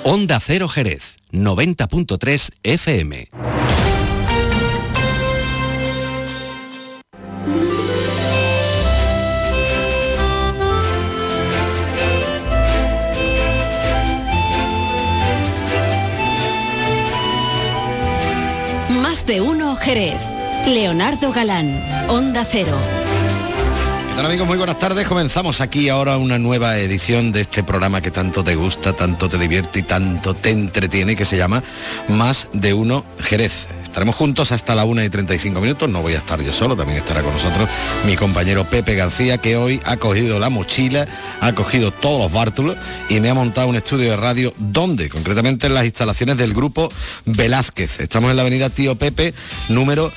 Onda Cero Jerez, 90.3 FM. Más de uno Jerez. Leonardo Galán, Onda Cero. ¿Qué tal, amigos? Muy buenas tardes. Comenzamos aquí ahora una nueva edición de este programa que tanto te gusta, tanto te divierte y tanto te entretiene, que se llama Más de uno Jerez. Estaremos juntos hasta la 1:35. No voy a estar yo solo, también estará con nosotros mi compañero Pepe García, que hoy ha cogido la mochila, ha cogido todos los bártulos y me ha montado un estudio de radio. ¿Dónde? Concretamente en las instalaciones del Grupo Velázquez. Estamos en la avenida Tío Pepe, número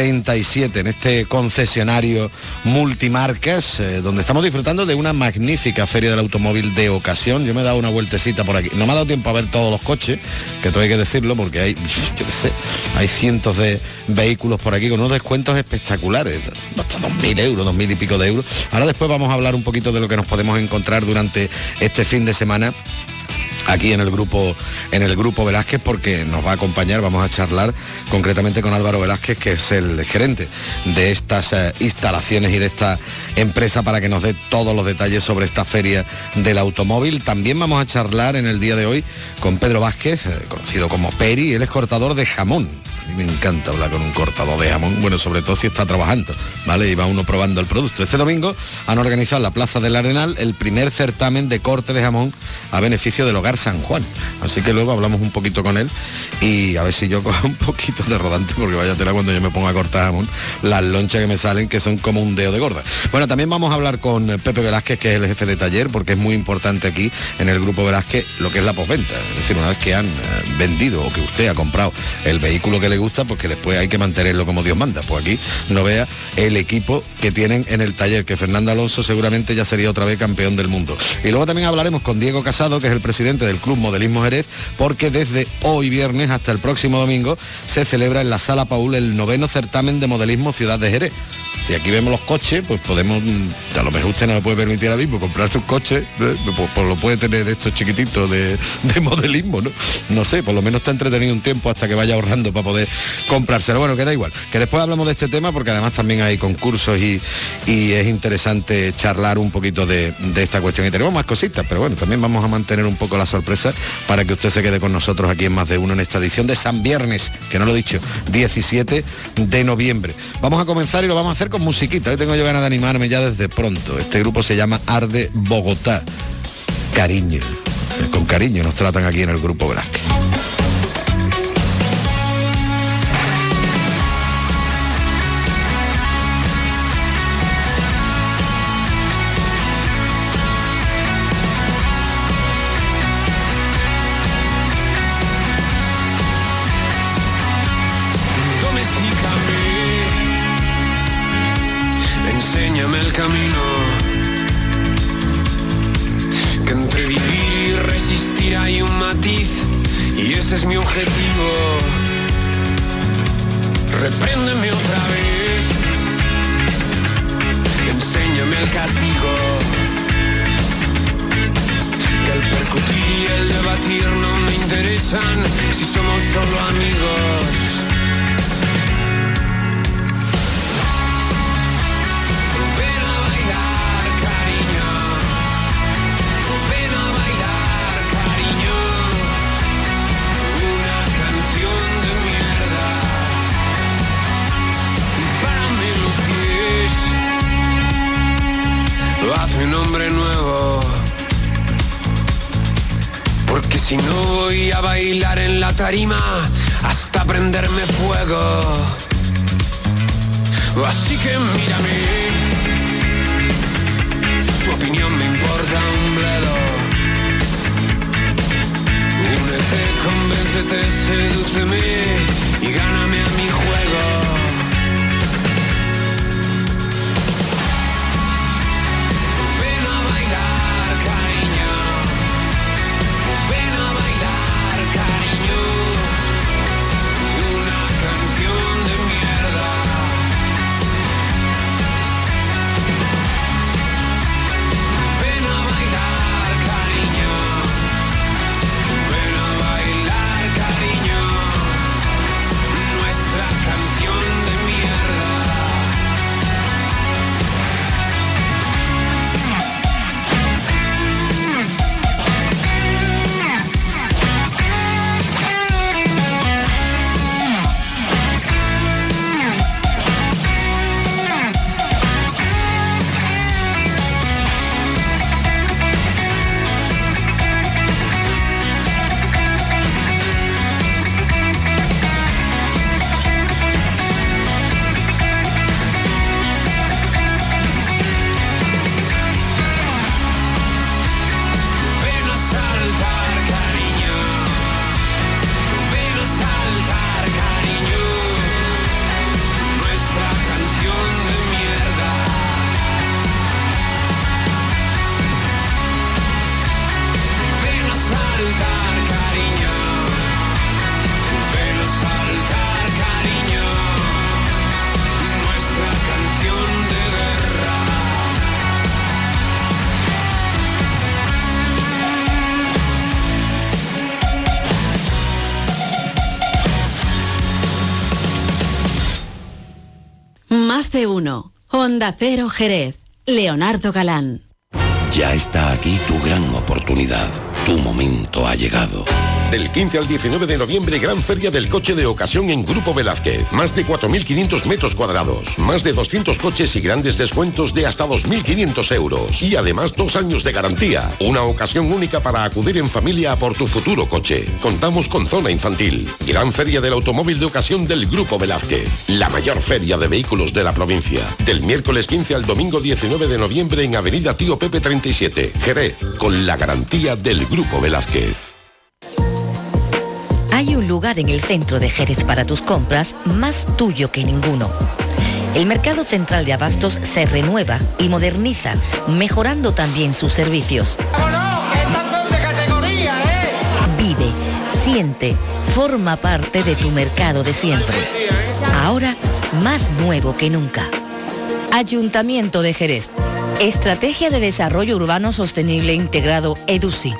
37, en este concesionario multimarcas, donde estamos disfrutando de una magnífica feria del automóvil de ocasión. Yo me he dado una vueltecita por aquí. No me ha dado tiempo a ver todos los coches, que todo hay que decirlo, porque hay, yo qué sé, hay cientos de vehículos por aquí con unos descuentos espectaculares, hasta 2.000 euros, 2.000 y pico de euros. Ahora después vamos a hablar un poquito de lo que nos podemos encontrar durante este fin de semana aquí en el grupo Velázquez, porque nos va a acompañar, vamos a charlar concretamente con Álvaro Velázquez, que es el gerente de estas instalaciones y de esta empresa, para que nos dé todos los detalles sobre esta feria del automóvil. También vamos a charlar en el día de hoy con Pedro Vázquez, conocido como Peri. Él es cortador de jamón. A mí me encanta hablar con un cortador de jamón, bueno, sobre todo si está trabajando, ¿vale? Y va uno probando el producto. Este domingo han organizado en la Plaza del Arenal el primer certamen de corte de jamón a beneficio del Hogar San Juan. Así que luego hablamos un poquito con él y a ver si yo cojo un poquito de rodante, porque vaya tela cuando yo me pongo a cortar jamón, las lonchas que me salen, que son como un dedo de gorda. Bueno, también vamos a hablar con Pepe Velázquez, que es el jefe de taller, porque es muy importante aquí en el Grupo Velázquez lo que es la postventa. Es decir, una vez que han vendido o que usted ha comprado el vehículo que le gusta, pues que después hay que mantenerlo como Dios manda. Pues aquí no vea el equipo que tienen en el taller, que Fernando Alonso seguramente ya sería otra vez campeón del mundo. Y luego también hablaremos con Diego Casado, que es el presidente del Club Modelismo Jerez, porque desde hoy viernes hasta el próximo domingo se celebra en la Sala Paul el 9º certamen de modelismo Ciudad de Jerez. Si aquí vemos los coches, pues podemos, a lo mejor usted no me puede permitir ahora mismo comprarse un coche, pues lo puede tener de estos chiquititos de modelismo, ¿no? No sé, por lo menos está entretenido un tiempo hasta que vaya ahorrando para poder comprárselo. Bueno, queda igual, que después hablamos de este tema, porque además también hay concursos y es interesante charlar un poquito de esta cuestión. Y tenemos más cositas, pero bueno, también vamos a mantener un poco la sorpresa para que usted se quede con nosotros aquí en Más de Uno en esta edición de San Viernes, que no lo he dicho, 17 de noviembre. Vamos a comenzar y lo vamos a hacer con musiquita. Hoy tengo yo ganas de animarme ya desde pronto. Este grupo se llama Arde Bogotá. Cariño. Con cariño nos tratan aquí en el Grupo Velázquez. Enséñame el camino, que entre vivir y resistir hay un matiz, y ese es mi objetivo. Repréndeme otra vez, enséñame el castigo, que el percutir y el debatir no me interesan si somos solo amigos. Hazme un hombre nuevo, porque si no voy a bailar en la tarima hasta prenderme fuego. Así que mírame, su opinión me importa un bledo. Únete, convéncete, sedúceme y gáname a mi juego. Más de uno. Onda Cero Jerez. Leonardo Galán. Ya está aquí tu gran oportunidad. Tu momento ha llegado. Del 15 al 19 de noviembre, gran feria del coche de ocasión en Grupo Velázquez. Más de 4.500 metros cuadrados. Más de 200 coches y grandes descuentos de hasta 2.500 euros. Y además 2 años de garantía. Una ocasión única para acudir en familia a por tu futuro coche. Contamos con zona infantil. Gran feria del automóvil de ocasión del Grupo Velázquez. La mayor feria de vehículos de la provincia. Del miércoles 15 al domingo 19 de noviembre en Avenida Tío Pepe 37, Jerez. Con la garantía del Grupo Velázquez. Hay un lugar en el centro de Jerez para tus compras más tuyo que ninguno. El Mercado Central de Abastos se renueva y moderniza, mejorando también sus servicios. ¡Vámonos! ¡Estas son de categoría, eh! Vive, siente, forma parte de tu mercado de siempre. Ahora, más nuevo que nunca. Ayuntamiento de Jerez. Estrategia de Desarrollo Urbano Sostenible Integrado EDUSI.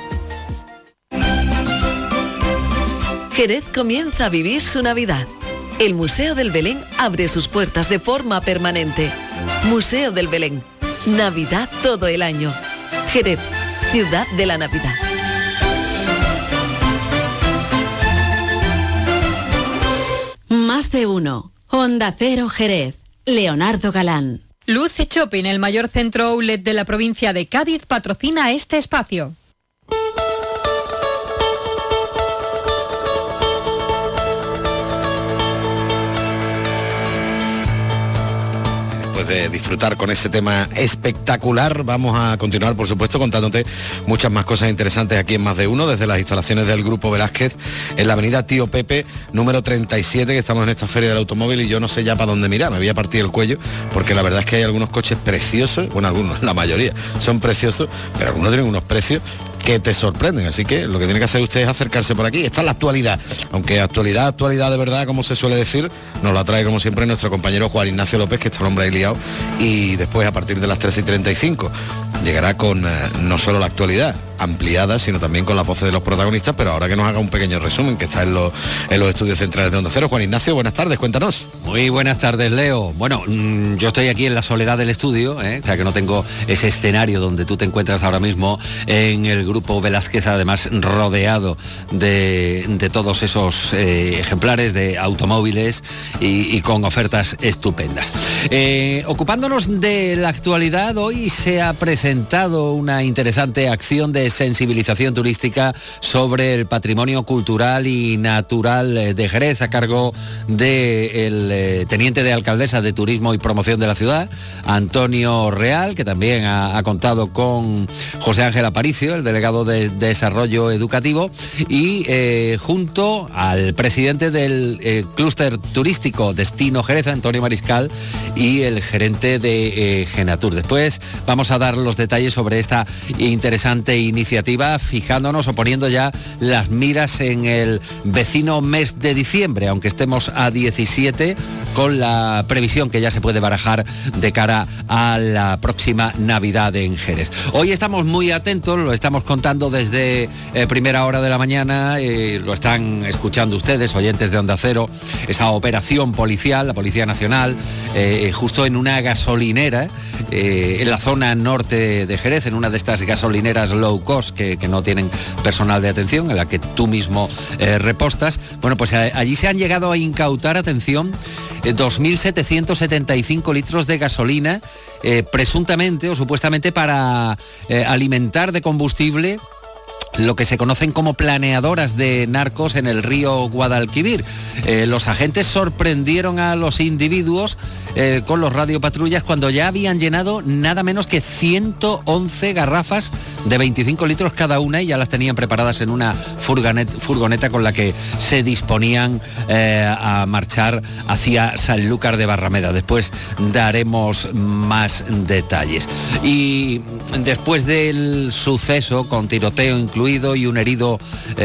Jerez comienza a vivir su Navidad. El Museo del Belén abre sus puertas de forma permanente. Museo del Belén. Navidad todo el año. Jerez, ciudad de la Navidad. Más de uno. Onda Cero Jerez. Leonardo Galán. Luce Shopping, el mayor centro outlet de la provincia de Cádiz, patrocina este espacio. De disfrutar con ese tema espectacular, vamos a continuar, por supuesto, contándote muchas más cosas interesantes aquí en Más de Uno, desde las instalaciones del Grupo Velázquez, en la avenida Tío Pepe, número 37, que estamos en esta feria del automóvil y yo no sé ya para dónde mirar, me voy a partir el cuello, porque la verdad es que hay algunos coches preciosos, bueno, algunos, la mayoría son preciosos, pero algunos tienen unos precios que te sorprenden, así que lo que tiene que hacer usted es acercarse por aquí. Esta es la actualidad, aunque actualidad de verdad, como se suele decir, nos la trae como siempre nuestro compañero Juan Ignacio López, que está el hombre ahí liado, y después a partir de las 13:35 llegará con no solo la actualidad ampliada, sino también con las voces de los protagonistas, pero ahora que nos haga un pequeño resumen, que está en los estudios centrales de Onda Cero. Juan Ignacio, buenas tardes, cuéntanos. Muy buenas tardes, Leo. Bueno, yo estoy aquí en la soledad del estudio, o sea que no tengo ese escenario donde tú te encuentras ahora mismo en el Grupo Velázquez, además rodeado de todos esos ejemplares de automóviles y con ofertas estupendas. Ocupándonos de la actualidad, hoy se ha presentado una interesante acción de sensibilización turística sobre el patrimonio cultural y natural de Jerez, a cargo del teniente de alcaldesa de Turismo y Promoción de la ciudad, Antonio Real, que también ha contado con José Ángel Aparicio, el delegado de Desarrollo Educativo, y junto al presidente del clúster turístico Destino Jerez, Antonio Mariscal, y el gerente de Genatur. Después vamos a dar los detalles sobre esta interesante iniciativa, fijándonos o poniendo ya las miras en el vecino mes de diciembre, aunque estemos a 17, con la previsión que ya se puede barajar de cara a la próxima Navidad en Jerez. Hoy estamos muy atentos, lo estamos contando desde primera hora de la mañana, lo están escuchando ustedes, oyentes de Onda Cero, esa operación policial, la Policía Nacional, justo en una gasolinera, en la zona norte de Jerez, en una de estas gasolineras low cost que no tienen personal de atención, en la que tú mismo repostas. Bueno, pues allí se han llegado a incautar, atención, 2.775 litros de gasolina, presuntamente o supuestamente para alimentar de combustible lo que se conocen como planeadoras de narcos en el río Guadalquivir. Los agentes sorprendieron a los individuos con los radiopatrullas cuando ya habían llenado nada menos que 111 garrafas de 25 litros cada una y ya las tenían preparadas en una furgoneta con la que se disponían a marchar hacia Sanlúcar de Barrameda. Después daremos más detalles. Y después del suceso, con tiroteo incluido, incluido y un herido,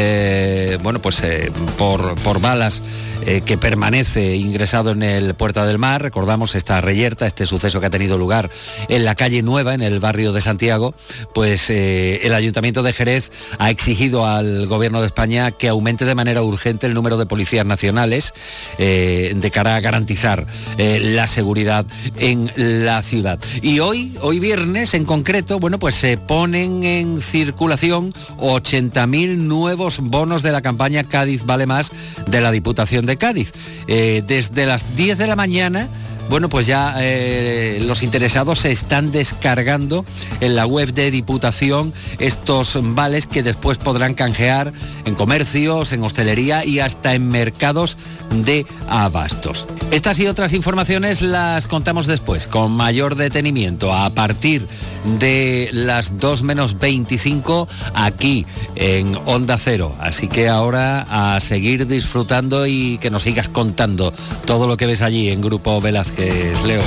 por balas, que permanece ingresado en el Puerta del Mar. Recordamos esta reyerta, este suceso que ha tenido lugar en la calle Nueva, en el barrio de Santiago. Pues el Ayuntamiento de Jerez ha exigido al Gobierno de España que aumente de manera urgente el número de policías nacionales de cara a garantizar la seguridad en la ciudad. Y hoy viernes en concreto, pues se ponen en circulación 80.000 nuevos bonos de la campaña Cádiz Vale Más de la Diputación de Cádiz. Desde las 10 de la mañana, pues ya los interesados se están descargando en la web de Diputación estos vales que después podrán canjear en comercios, en hostelería y hasta en mercados de abastos. Estas y otras informaciones las contamos después, con mayor detenimiento, a partir de las 2 menos 25 aquí en Onda Cero. Así que ahora a seguir disfrutando y que nos sigas contando todo lo que ves allí en Grupo Velázquez, Leo.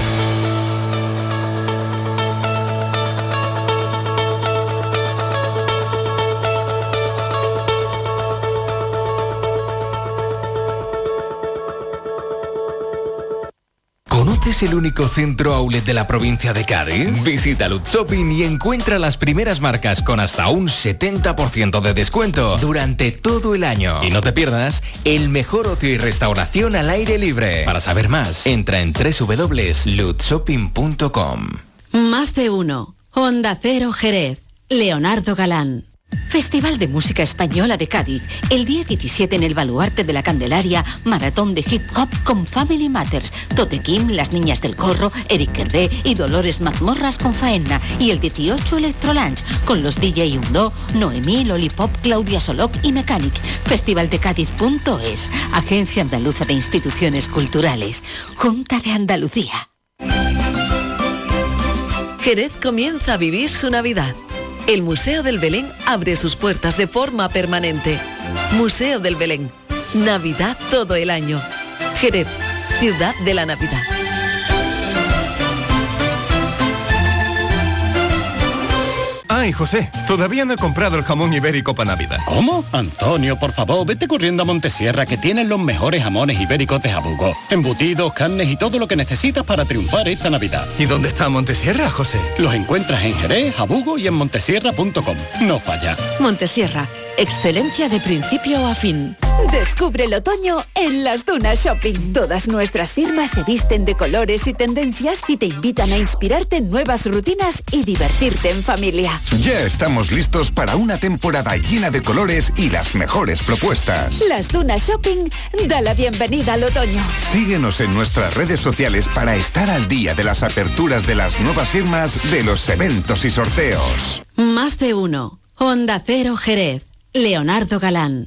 ¿Conoces el único centro outlet de la provincia de Cádiz? Visita Lutz Shopping y encuentra las primeras marcas con hasta un 70% de descuento durante todo el año. Y no te pierdas el mejor ocio y restauración al aire libre. Para saber más, entra en www.lutzshopping.com. Más de uno. Onda Cero Jerez. Leonardo Galán. Festival de Música Española de Cádiz. El día 17 en el Baluarte de la Candelaria, maratón de hip hop con Family Matters, Tote Kim, Las Niñas del Corro, Eric Kerdé y Dolores Mazmorras con Faena. Y el 18 Electro Lunch con los DJ Undo, Noemí, Lollipop, Claudia Soloc y Mechanic. Festivaldecádiz.es. Agencia Andaluza de Instituciones Culturales. Junta de Andalucía. Jerez comienza a vivir su Navidad. El Museo del Belén abre sus puertas de forma permanente. Museo del Belén. Navidad todo el año. Jerez, ciudad de la Navidad. Ay, José, todavía no he comprado el jamón ibérico para Navidad. ¿Cómo? Antonio, por favor, vete corriendo a Montesierra, que tienen los mejores jamones ibéricos de Jabugo. Embutidos, carnes y todo lo que necesitas para triunfar esta Navidad. ¿Y dónde está Montesierra, José? Los encuentras en Jerez, Jabugo y en montesierra.com. No falla. Montesierra, excelencia de principio a fin. Descubre el otoño en Las Dunas Shopping. Todas nuestras firmas se visten de colores y tendencias y te invitan a inspirarte en nuevas rutinas y divertirte en familia. Ya estamos listos para una temporada llena de colores y las mejores propuestas. Las Dunas Shopping da la bienvenida al otoño. Síguenos en nuestras redes sociales para estar al día de las aperturas de las nuevas firmas, de los eventos y sorteos. Más de uno. Onda Cero Jerez. Leonardo Galán.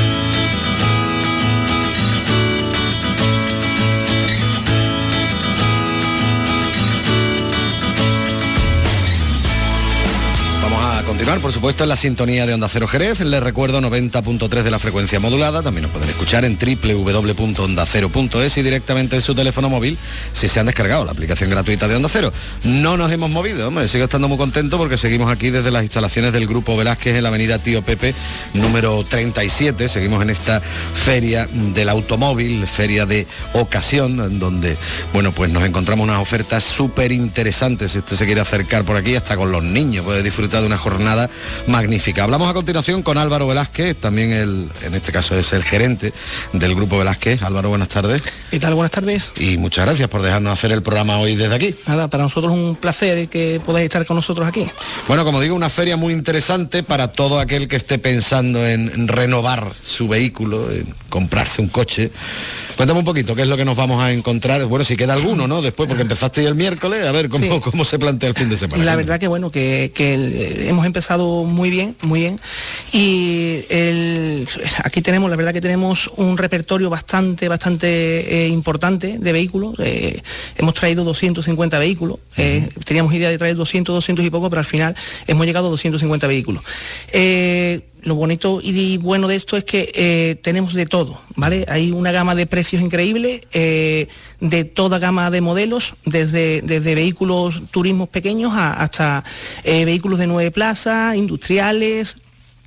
Continuar, por supuesto, en la sintonía de Onda Cero Jerez. Les recuerdo 90.3 de la frecuencia modulada. También nos pueden escuchar en www.ondacero.es y directamente en su teléfono móvil si se han descargado la aplicación gratuita de Onda Cero. No nos hemos movido, hombre, sigo estando muy contento porque seguimos aquí desde las instalaciones del Grupo Velázquez en la avenida Tío Pepe, número 37. Seguimos en esta feria del automóvil, feria de ocasión, donde, pues nos encontramos unas ofertas súper interesantes. Si usted se quiere acercar por aquí, hasta con los niños, puede disfrutar de una jornada magnífica. Hablamos a continuación con Álvaro Velázquez, también en este caso es el gerente del Grupo Velázquez. Álvaro, buenas tardes. ¿Qué tal? Buenas tardes. Y muchas gracias por dejarnos hacer el programa hoy desde aquí. Nada, para nosotros es un placer que podáis estar con nosotros aquí. Bueno, como digo, una feria muy interesante para todo aquel que esté pensando en renovar su vehículo, en comprarse un coche. Cuéntame un poquito, ¿qué es lo que nos vamos a encontrar? Bueno, si queda alguno, ¿no? Después, porque empezaste el miércoles, a ver cómo se plantea el fin de semana. La verdad que hemos empezado muy bien. Y aquí tenemos, la verdad que tenemos un repertorio bastante importante de vehículos. Hemos traído 250 vehículos. Teníamos idea de traer 200 y poco, pero al final hemos llegado a 250 vehículos. Lo bonito y bueno de esto es que tenemos de todo, ¿vale? Hay una gama de precios increíble, de toda gama de modelos, desde vehículos turismos pequeños hasta vehículos de 9 plazas, industriales.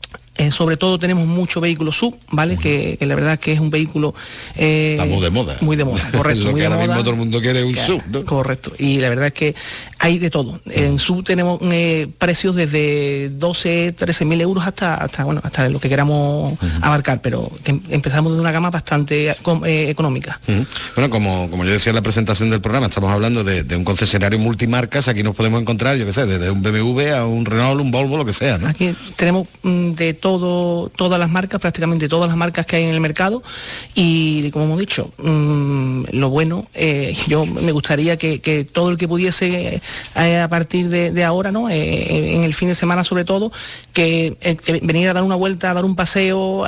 Sobre todo tenemos mucho vehículo SUV, ¿vale? Que la verdad que es un vehículo... está muy de moda. Muy de moda, correcto. Lo que ahora mismo todo el mundo quiere un SUV, ¿no? Correcto. Y la verdad es que hay de todo. En SUV tenemos precios desde 12, 13.000 euros hasta lo que queramos abarcar, pero que empezamos de una gama bastante económica. Bueno, como yo decía en la presentación del programa, estamos hablando de un concesionario multimarcas. Aquí nos podemos encontrar, yo qué sé, desde un BMW a un Renault, un Volvo, lo que sea, ¿no? Aquí tenemos de todo, todas las marcas, prácticamente todas las marcas que hay en el mercado, y como hemos dicho, lo bueno, yo me gustaría que todo el que pudiese a partir de ahora, ¿no? En el fin de semana sobre todo, que venir a dar una vuelta, a dar un paseo,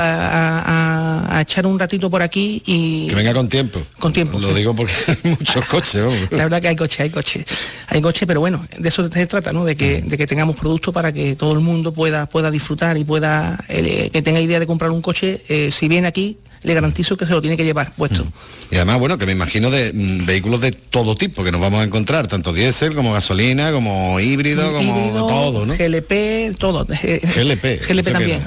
a echar un ratito por aquí y... Que venga con tiempo. Con tiempo. Lo digo porque hay muchos coches, vamos. La verdad que hay coches, pero bueno, de eso se trata, ¿no? De que tengamos productos para que todo el mundo pueda disfrutar y pueda, que tenga idea de comprar un coche, si viene aquí, le garantizo que se lo tiene que llevar puesto. Y además, bueno, que me imagino de vehículos de todo tipo que nos vamos a encontrar, tanto diésel como gasolina, como híbrido, como todo, ¿no? GLP, todo. GLP también.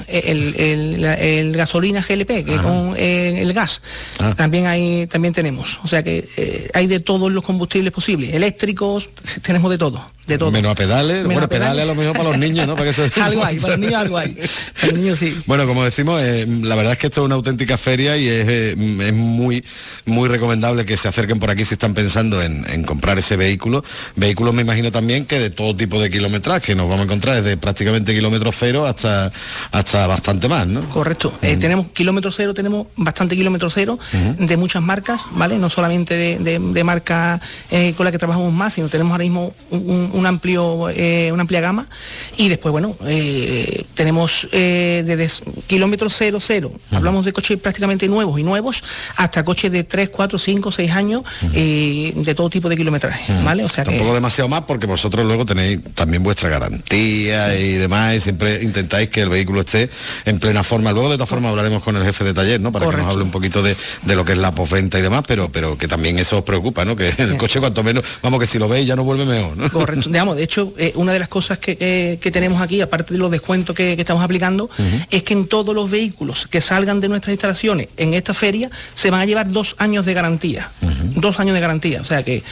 El gasolina GLP, que con el gas, también tenemos. O sea que hay de todos los combustibles posibles. Eléctricos, tenemos de todo. Menos a pedales. Bueno, pedales a lo mejor para los niños, ¿no? Para que se... Algo hay, para los niños algo hay. Para los niños sí. Bueno, como decimos, la verdad es que esto es una auténtica feria y es muy recomendable que se acerquen por aquí si están pensando en comprar ese vehículo. Vehículos me imagino también que de todo tipo de kilometraje, nos vamos a encontrar desde prácticamente kilómetro cero hasta bastante más, ¿no? Correcto. Tenemos kilómetro cero, tenemos bastante kilómetro cero de muchas marcas, ¿vale? No solamente de marca con la que trabajamos más, sino tenemos ahora mismo una amplia gama, y después, bueno, tenemos desde kilómetro cero, hablamos de coches prácticamente nuevos, hasta coches de 3, 4, 5, 6 años, de todo tipo de kilometraje, ¿vale? O sea, tampoco demasiado más, porque vosotros luego tenéis también vuestra garantía y demás, y siempre intentáis que el vehículo esté en plena forma. Luego de todas formas hablaremos con el jefe de taller, ¿no? Para que nos hable un poquito de lo que es la postventa y demás, pero que también eso os preocupa, ¿no? Que el coche cuanto menos, vamos, que si lo veis ya no vuelve mejor, ¿no? Correcto. Digamos, de hecho, una de las cosas que tenemos aquí, aparte de los descuentos que estamos aplicando, es que en todos los vehículos que salgan de nuestras instalaciones en esta feria se van a llevar 2 años de garantía. 2 años de garantía. O sea que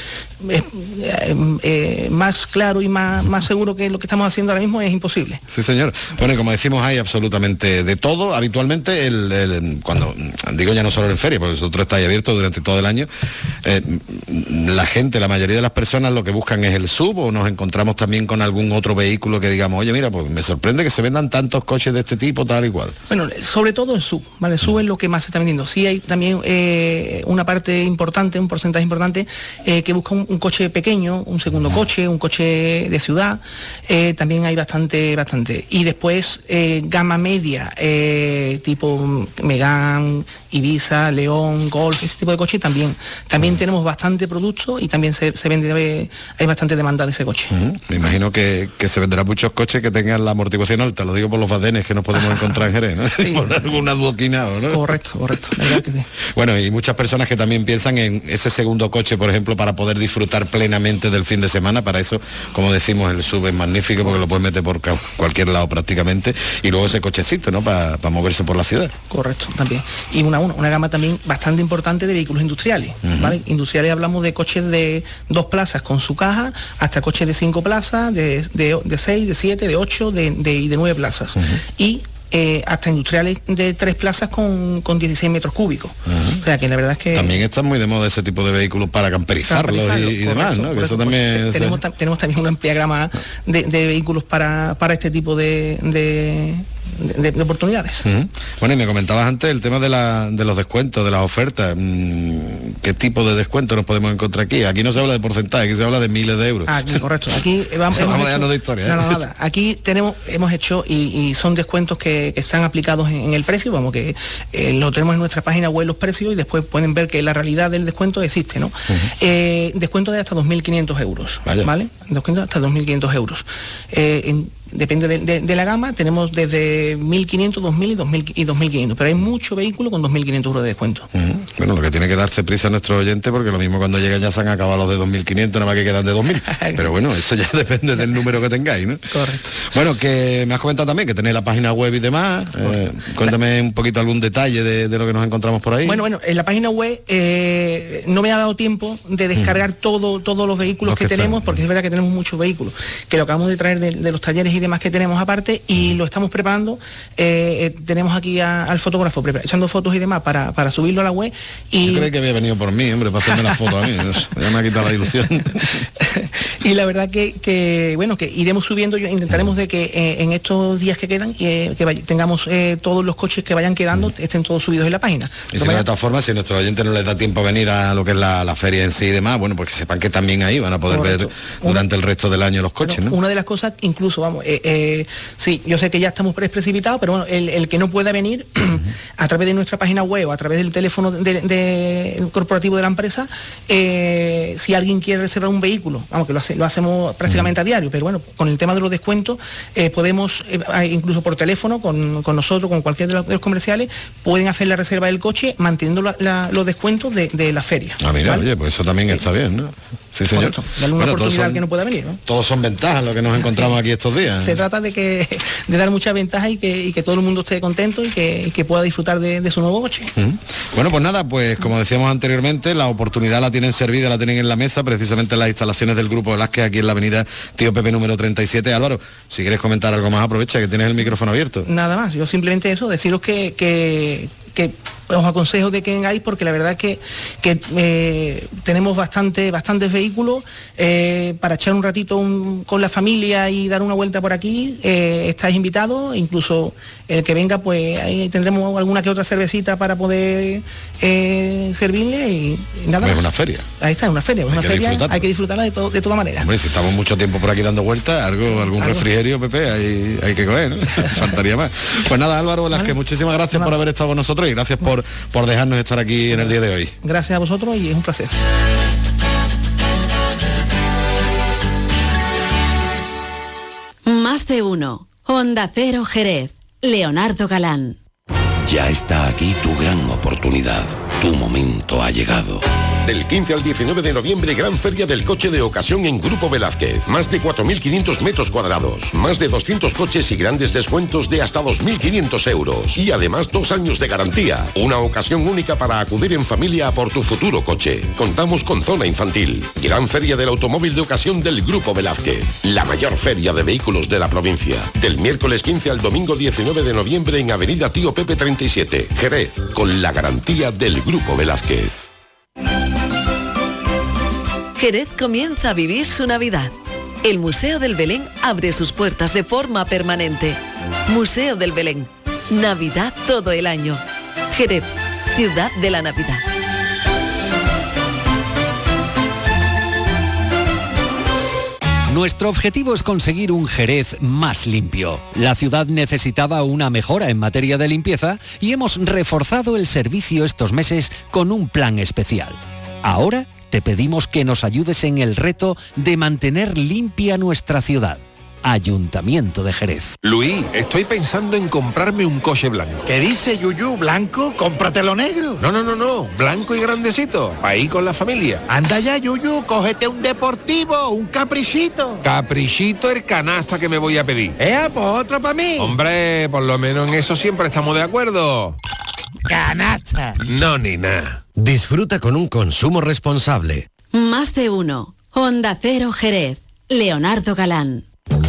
más claro y más seguro que lo que estamos haciendo ahora mismo es imposible. Sí, señor. Bueno, y como decimos, hay absolutamente de todo. Habitualmente, cuando digo ya no solo en feria, porque vosotros estáis abiertos durante todo el año, la mayoría de las personas lo que buscan es el SUV, o nos encontramos también con algún otro vehículo que digamos, oye, mira, pues me sorprende que se vendan tantos coches de este tipo, tal y cual. Bueno, sobre todo el SUV, ¿vale? El SUV es lo que más se está vendiendo. Sí hay también una parte importante, un porcentaje importante, que busca un coche pequeño, un segundo coche, un coche de ciudad, también hay bastante. Y después gama media, tipo Megane, Ibiza, León, Golf, ese tipo de coche también tenemos bastante producto, y también se vende, hay bastante demanda de ese coche. Me imagino que se venderán muchos coches que tengan la amortiguación alta, lo digo por los badenes que nos podemos encontrar en Jerez, ¿no? Sí. Por algún aduoquinado, ¿no? Correcto, la verdad que sí. Bueno, y muchas personas que también piensan en ese segundo coche, por ejemplo, para poder disfrutar plenamente del fin de semana. Para eso, como decimos, el SUV es magnífico porque lo puedes meter por cualquier lado prácticamente, y luego ese cochecito, ¿no? Para moverse por la ciudad. Correcto, también. Y una gama también bastante importante de vehículos industriales, ¿vale? Industriales hablamos de coches de 2 plazas con su caja, hasta coches de 5 plazas, de 6, de 7, de 8, y de 9 plazas. Y hasta industriales de 3 plazas con 16 metros cúbicos. O sea que la verdad es que... También está muy de moda ese tipo de vehículos para camperizarlos y demás, ¿no? Que eso también... Tenemos también una amplia gama de vehículos para este tipo de oportunidades. Bueno, y me comentabas antes el tema de los descuentos, de las ofertas. ¿Qué tipo de descuento nos podemos encontrar aquí? Aquí no se habla de porcentaje, aquí se habla de miles de euros. Aquí, correcto. Aquí vamos a dejarnos de historia. Nada. Aquí hemos hecho y son descuentos que están aplicados en el precio, vamos, que lo tenemos en nuestra página web los precios, y después pueden ver que la realidad del descuento existe, ¿no? Descuento de hasta 2.500 euros, ¿vale? Descuento de hasta 2.500 euros. depende de la gama, tenemos desde 1.500, 2.000 y 2.500, pero hay mucho vehículo con 2.500 euros de descuento. Bueno, lo que tiene que darse prisa a nuestro oyente, porque lo mismo cuando llegan ya se han acabado los de 2.500, nada más que quedan de 2.000. Pero bueno, eso ya depende del número que tengáis, ¿no? Correcto. Bueno, que me has comentado también que tenéis la página web y demás. Cuéntame un poquito algún detalle de lo que nos encontramos por ahí. Bueno, en la página web no me ha dado tiempo de descargar todos los vehículos que tenemos, porque es verdad que tenemos muchos vehículos, que lo acabamos de traer de los talleres y demás que tenemos aparte, y lo estamos preparando. Tenemos aquí al fotógrafo echando fotos y demás para subirlo a la web. Y... Yo creí que había venido por mí, hombre, para hacerme las fotos a mí. Ya me ha quitado la ilusión. Y la verdad que iremos subiendo, intentaremos de que en estos días que quedan, tengamos todos los coches que vayan quedando, estén todos subidos en la página. Y si no, de todas formas, si a nuestros oyentes no les da tiempo a venir a lo que es la feria en sí y demás, bueno, pues que sepan que también ahí van a poder ver durante el resto del año los coches, ¿no? Una de las cosas, incluso, vamos, sí, yo sé que ya estamos precipitados, pero bueno, el que no pueda venir a través de nuestra página web o a través del teléfono corporativo de la empresa, si alguien quiere reservar un vehículo, vamos, que lo hacemos prácticamente a diario, pero bueno, con el tema de los descuentos, podemos, incluso por teléfono, con nosotros, con cualquiera de los comerciales, pueden hacer la reserva del coche manteniendo los descuentos de la feria. Ah, mira, ¿vale? oye, pues eso también está bien, ¿no? Sí, señor. Darle una oportunidad al que no pueda venir, ¿no? Todos son ventajas lo que nos encontramos aquí estos días. Se trata de dar muchas ventajas y que todo el mundo esté contento y que pueda disfrutar de su nuevo coche. Bueno, pues nada, pues como decíamos anteriormente, la oportunidad la tienen servida, la tienen en la mesa, precisamente en las instalaciones del Grupo Velázquez, aquí en la avenida Tío Pepe número 37. Álvaro, si quieres comentar algo más, aprovecha que tienes el micrófono abierto. Nada más, yo simplemente eso, deciros que os aconsejo de que vengáis, porque la verdad es que tenemos bastantes vehículos para echar un ratito con la familia y dar una vuelta por aquí. Estáis invitados, incluso el que venga, pues ahí tendremos alguna que otra cervecita para poder servirle y nada más. Es una feria. Ahí está, es una feria, hay que disfrutarla de toda manera. Hombre, si estamos mucho tiempo por aquí dando vueltas, algún refrigerio, Pepe, hay que coger, ¿no? Faltaría más. Pues nada, Álvaro Velázquez, muchísimas gracias por haber estado con nosotros y gracias por dejarnos estar aquí en el día de hoy. Gracias a vosotros y es un placer. Más de uno. Onda Cero Jerez. Leonardo Galán. Ya está aquí tu gran oportunidad. Tu momento ha llegado. Del 15 al 19 de noviembre, gran feria del coche de ocasión en Grupo Velázquez. Más de 4.500 metros cuadrados. Más de 200 coches y grandes descuentos de hasta 2.500 euros. Y además 2 años de garantía. Una ocasión única para acudir en familia a por tu futuro coche. Contamos con zona infantil. Gran feria del automóvil de ocasión del Grupo Velázquez. La mayor feria de vehículos de la provincia. Del miércoles 15 al domingo 19 de noviembre en Avenida Tío Pepe 37, Jerez. Con la garantía del Grupo Velázquez. Jerez comienza a vivir su Navidad. El Museo del Belén abre sus puertas de forma permanente. Museo del Belén. Navidad todo el año. Jerez, ciudad de la Navidad. Nuestro objetivo es conseguir un Jerez más limpio. La ciudad necesitaba una mejora en materia de limpieza y hemos reforzado el servicio estos meses con un plan especial. Ahora te pedimos que nos ayudes en el reto de mantener limpia nuestra ciudad. Ayuntamiento de Jerez. Luis, estoy pensando en comprarme un coche blanco. ¿Qué dice Yuyu? ¿Blanco? Cómpratelo negro. No. Blanco y grandecito. Ahí con la familia. Anda ya, Yuyu, cógete un deportivo, un caprichito. Caprichito el canasta que me voy a pedir. Pues otro para mí. Hombre, por lo menos en eso siempre estamos de acuerdo. Canasta. No, ni nada. Disfruta con un consumo responsable. Más de uno. Onda Cero Jerez. Leonardo Galán.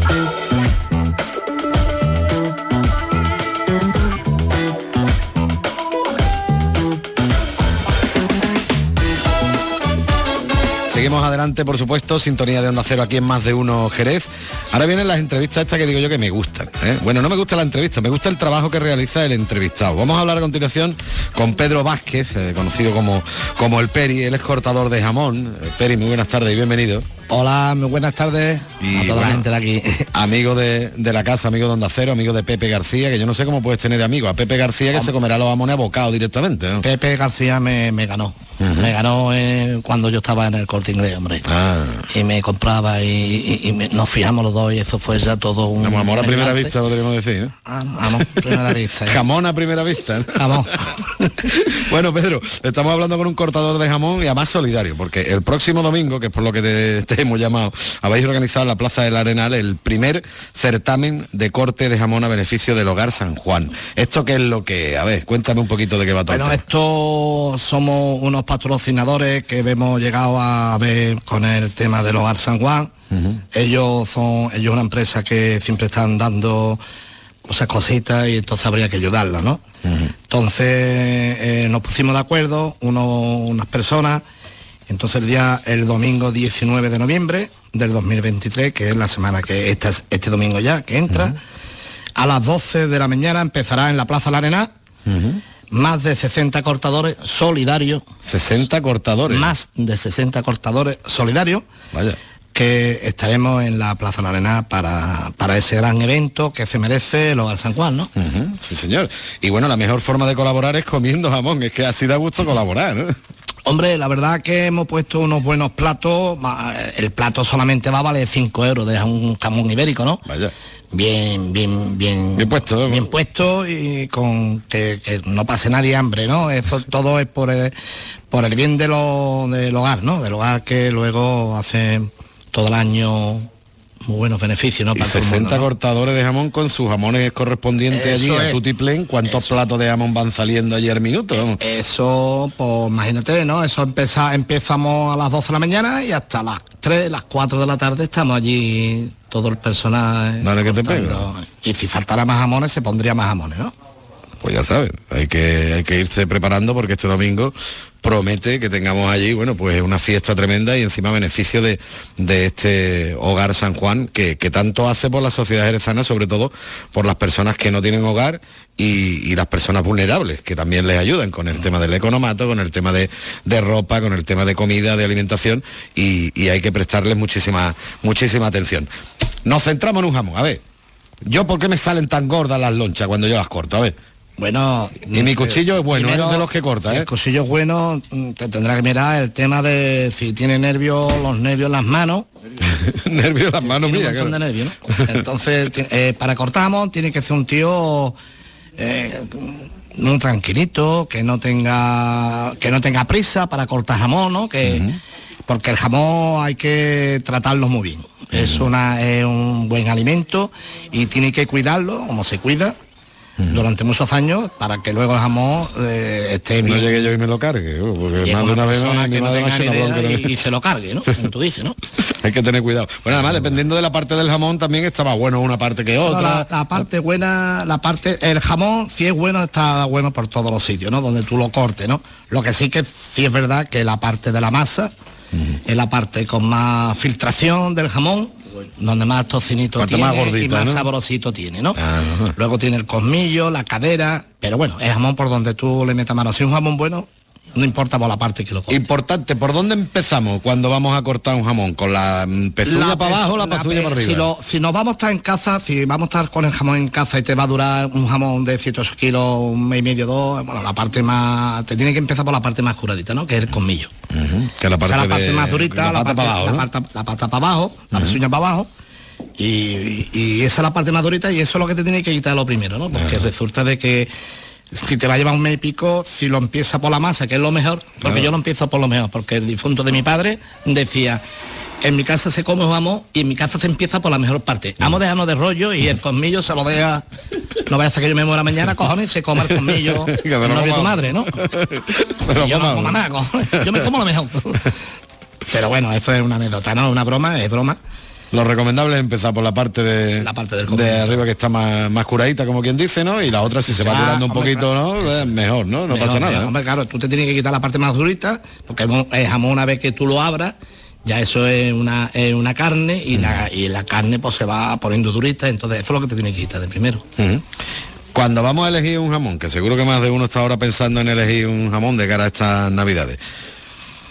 Seguimos adelante, por supuesto, sintonía de Onda Cero aquí en Más de Uno Jerez. Ahora vienen las entrevistas estas que digo yo que me gustan, ¿eh? Bueno, no me gusta la entrevista, me gusta el trabajo que realiza el entrevistado. Vamos a hablar a continuación con Pedro Vázquez, conocido como el Peri. Él es cortador de jamón. Peri, muy buenas tardes y bienvenido. Hola, muy buenas tardes y a toda la gente de aquí. Amigo de la casa, amigo de Onda Cero, amigo de Pepe García, que yo no sé cómo puedes tener de amigo a Pepe García, que se comerá los jamones a bocado directamente, ¿no? Pepe García me ganó. Me ganó cuando yo estaba en el Corte Inglés, hombre. Y me compraba y nos fijamos los dos y eso fue ya todo un... Amor a primera vista, podríamos decir, ¿no? Amor a primera vista. Jamón a primera vista, ¿no? Jamón. Bueno, Pedro, estamos hablando con un cortador de jamón y además solidario, porque el próximo domingo, que es por lo que te hemos llamado, habéis organizado en la Plaza del Arenal el primer certamen de corte de jamón a beneficio del Hogar San Juan. ¿Esto qué es lo que? A ver, cuéntame un poquito de qué va todo. Bueno, esto somos unos patrocinadores que hemos llegado a ver con el tema del Hogar San Juan. Ellos una empresa que siempre están dando cositas y entonces habría que ayudarla, ¿no? Entonces nos pusimos de acuerdo unas personas. Entonces el domingo 19 de noviembre del 2023, que es la semana que este domingo ya que entra, a las 12 de la mañana empezará en la Plaza del Arenal. Más de 60 cortadores solidarios. 60 cortadores. Más de 60 cortadores solidarios. Vaya. Que estaremos en la Plaza del Arenal para ese gran evento que se merece el Hogar San Juan, ¿no? Sí, señor. Y bueno, la mejor forma de colaborar es comiendo jamón, es que así da gusto colaborar, ¿no? Hombre, la verdad que hemos puesto unos buenos platos. El plato solamente va a valer 5 euros de un jamón ibérico, ¿no? Vaya. Bien puesto, ¿no? Bien puesto y con que no pase nadie hambre, ¿no? Eso todo es por el bien del hogar, ¿no? Del hogar que luego hace todo el año muy buenos beneficios, ¿no? Y 60 cortadores de jamón con sus jamones correspondientes allí a Tutiplén. ¿Cuántos platos de jamón van saliendo allí al minuto? Eso, pues imagínate, ¿no? Eso empezamos a las 12 de la mañana y hasta las 3, las 4 de la tarde estamos allí todo el personal. Dale que te pega. Y si faltara más jamones, se pondría más jamones, ¿no? Pues ya sabes, hay que irse preparando porque este domingo promete que tengamos allí, bueno, pues una fiesta tremenda y encima beneficio de este Hogar San Juan que tanto hace por la sociedad jerezana, sobre todo por las personas que no tienen hogar y las personas vulnerables, que también les ayudan con el tema del economato, con el tema de ropa, con el tema de comida, de alimentación y hay que prestarles muchísima atención. Nos centramos en un jamón. A ver, ¿yo por qué me salen tan gordas las lonchas cuando yo las corto? A ver. Bueno, y mi cuchillo es bueno, primero, es de los que corta, El cuchillo es bueno, te tendrá que mirar el tema de si tiene los nervios en las manos. Nervios en las manos, mira. Claro. De nervios, ¿no? Entonces, para cortar jamón tiene que ser un tío muy tranquilito, que no tenga prisa para cortar jamón, ¿no? Porque el jamón hay que tratarlo muy bien. Es un buen alimento y tiene que cuidarlo como se cuida durante muchos años para que luego el jamón esté bien. No llegue yo y me lo cargue, porque más de una vez mi madre me ha hecho una bronca y se lo cargue, ¿no? Como tú dices, ¿no? Hay que tener cuidado. Bueno, además, dependiendo de la parte del jamón también está más bueno una parte que otra. La parte buena, el jamón, si es bueno, está bueno por todos los sitios, ¿no? Donde tú lo cortes, ¿no? Lo que sí es verdad que la parte de la masa es la parte con más filtración del jamón, donde más tocinito tiene más gordita, y más ¿no? saborosito tiene, ¿no? Luego tiene el colmillo, la cadera, pero bueno, es jamón por donde tú le metas mano. Si es un jamón bueno, no importa por la parte que lo cortes. Importante, ¿por dónde empezamos cuando vamos a cortar un jamón? ¿Con la pezuña para abajo o la pezuña para arriba? Si nos vamos a estar en casa, si vamos a estar con el jamón en casa y te va a durar un jamón de 108 kilos, 1,5 medio, 2, bueno, la parte más... Te tiene que empezar por la parte más curadita, ¿no? Que es el colmillo. Que es la parte, más durita, la pata para abajo, ¿no? la pata para abajo, la pezuña para abajo. Y esa es la parte más durita y eso es lo que te tiene que quitar lo primero, ¿no? Porque resulta de que si te va a llevar un mes y pico, si lo empieza por la masa, que es lo mejor, porque yo lo empiezo por lo mejor, porque el difunto de mi padre decía, en mi casa se come jamón y en mi casa se empieza por la mejor parte. Vamos a dejarnos de rollo y el colmillo se lo deja, no vaya a ser que yo me muera mañana, cojones, se coma el colmillo, no de tu madre, ¿no? Y yo no como nada, cojones, yo me como lo mejor. Pero bueno, eso es una anécdota, ¿no? Una broma, es broma. Lo recomendable es empezar por la parte de arriba, que está más curadita, como quien dice, ¿no? Y la otra, si se va durando un poquito, claro, ¿no? Es mejor, ¿no? No pasa nada. Hombre, claro, tú te tienes que quitar la parte más durita, porque el jamón, una vez que tú lo abras, ya eso es una carne y la carne pues se va poniendo durita, entonces eso es lo que te tienes que quitar de primero. Cuando vamos a elegir un jamón, que seguro que más de uno está ahora pensando en elegir un jamón de cara a estas navidades,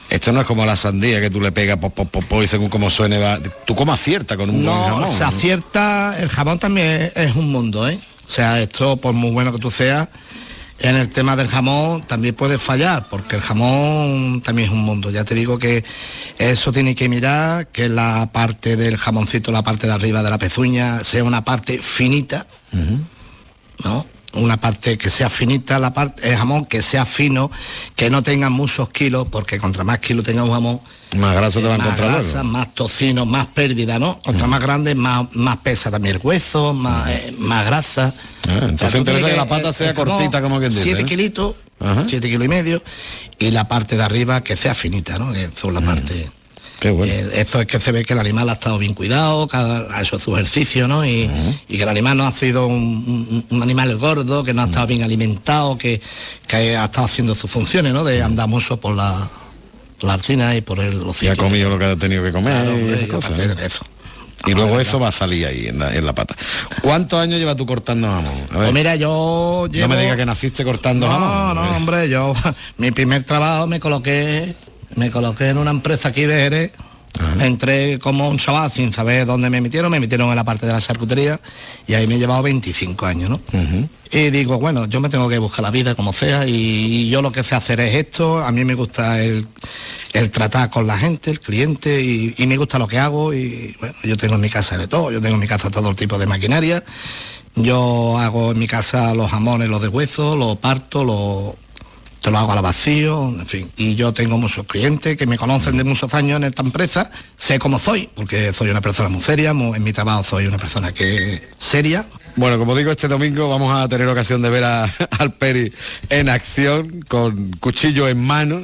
Esto no es como la sandía que tú le pegas y según como suene va. Tú como acierta con un buen jamón. No, se acierta, el jamón también es un mundo, ¿eh? O sea, esto por muy bueno que tú seas, en el tema del jamón también puedes fallar, porque el jamón también es un mundo. Ya te digo que eso tiene que mirar, que la parte del jamoncito, la parte de arriba de la pezuña, sea una parte finita, ¿no? Una parte que sea finita, la parte, el jamón que sea fino, que no tenga muchos kilos, porque contra más kilos tenga un jamón, más grasa te va a encontrar. Más grasa, más tocino, más pérdida, ¿no? Contra más grande, más pesa también el hueso, más grasa. Entonces interesa que la pata sea cortita, como quien dice. 7 kilitos, 7 kilos y medio, y la parte de arriba que sea finita, ¿no? Que son la parte. Qué bueno. Eso es que se ve que el animal ha estado bien cuidado, ha hecho su ejercicio, ¿no? Y que el animal no ha sido un animal gordo, que no ha estado bien alimentado, que ha estado haciendo sus funciones, ¿no? De andar mucho por la arcina y por el océano. Y ha comido lo que ha tenido que comer. Claro, y esas cosas, ¿eh? eso. Y luego eso va a salir ahí en la pata. ¿Cuántos años llevas tú cortando jamón? A ver. Pues mira, yo llevo... No me digas que naciste cortando jamón. No, hombre, yo mi primer trabajo me coloqué en una empresa aquí de Jerez. Entré como un chaval sin saber dónde me metieron en la parte de la charcutería y ahí me he llevado 25 años, ¿no? Y digo, bueno, yo me tengo que buscar la vida como sea y yo lo que sé hacer es esto. A mí me gusta el tratar con la gente, el cliente y me gusta lo que hago y bueno, yo tengo en mi casa de todo, yo tengo en mi casa todo el tipo de maquinaria. Yo hago en mi casa los jamones, los de hueso, los parto, te lo hago al vacío, en fin. Y yo tengo muchos clientes que me conocen de muchos años en esta empresa, sé cómo soy, porque soy una persona muy seria, en mi trabajo soy una persona que es seria. Bueno, como digo, este domingo vamos a tener ocasión de ver al Peri en acción, con cuchillo en mano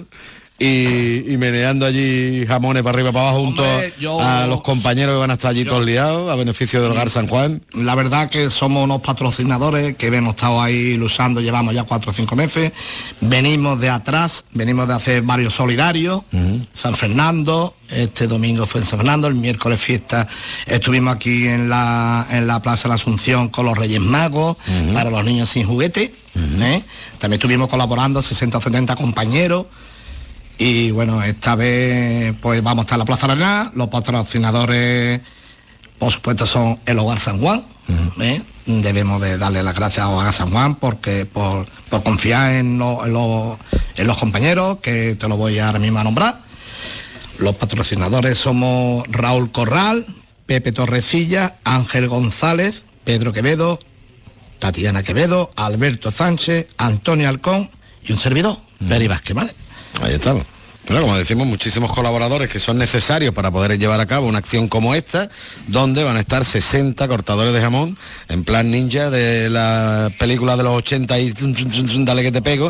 y meneando allí jamones para arriba para abajo junto a los compañeros que van a estar allí todos liados a beneficio del Hogar San Juan. La verdad que somos unos patrocinadores que hemos estado ahí luchando, llevamos ya 4 o 5 meses, venimos de atrás, venimos de hacer varios solidarios, San Fernando, este domingo fue en San Fernando, el miércoles fiesta estuvimos aquí en la Plaza de la Asunción con los Reyes Magos, para los niños sin juguete, también estuvimos colaborando 60 o 70 compañeros. Y bueno, esta vez pues vamos a estar en la Plaza Arenal. Los patrocinadores, por supuesto, son el Hogar San Juan. Debemos de darle las gracias al Hogar San Juan porque por confiar en los compañeros, que te lo voy ahora mismo a nombrar. Los patrocinadores somos Raúl Corral, Pepe Torrecilla, Ángel González, Pedro Quevedo, Tatiana Quevedo, Alberto Sánchez, Antonio Alcón y un servidor, Peri Vázquez, ¿vale? Ahí estamos. Pero como decimos, muchísimos colaboradores que son necesarios para poder llevar a cabo una acción como esta, donde van a estar 60 cortadores de jamón, en plan ninja de la película de los 80 y dale que te pego,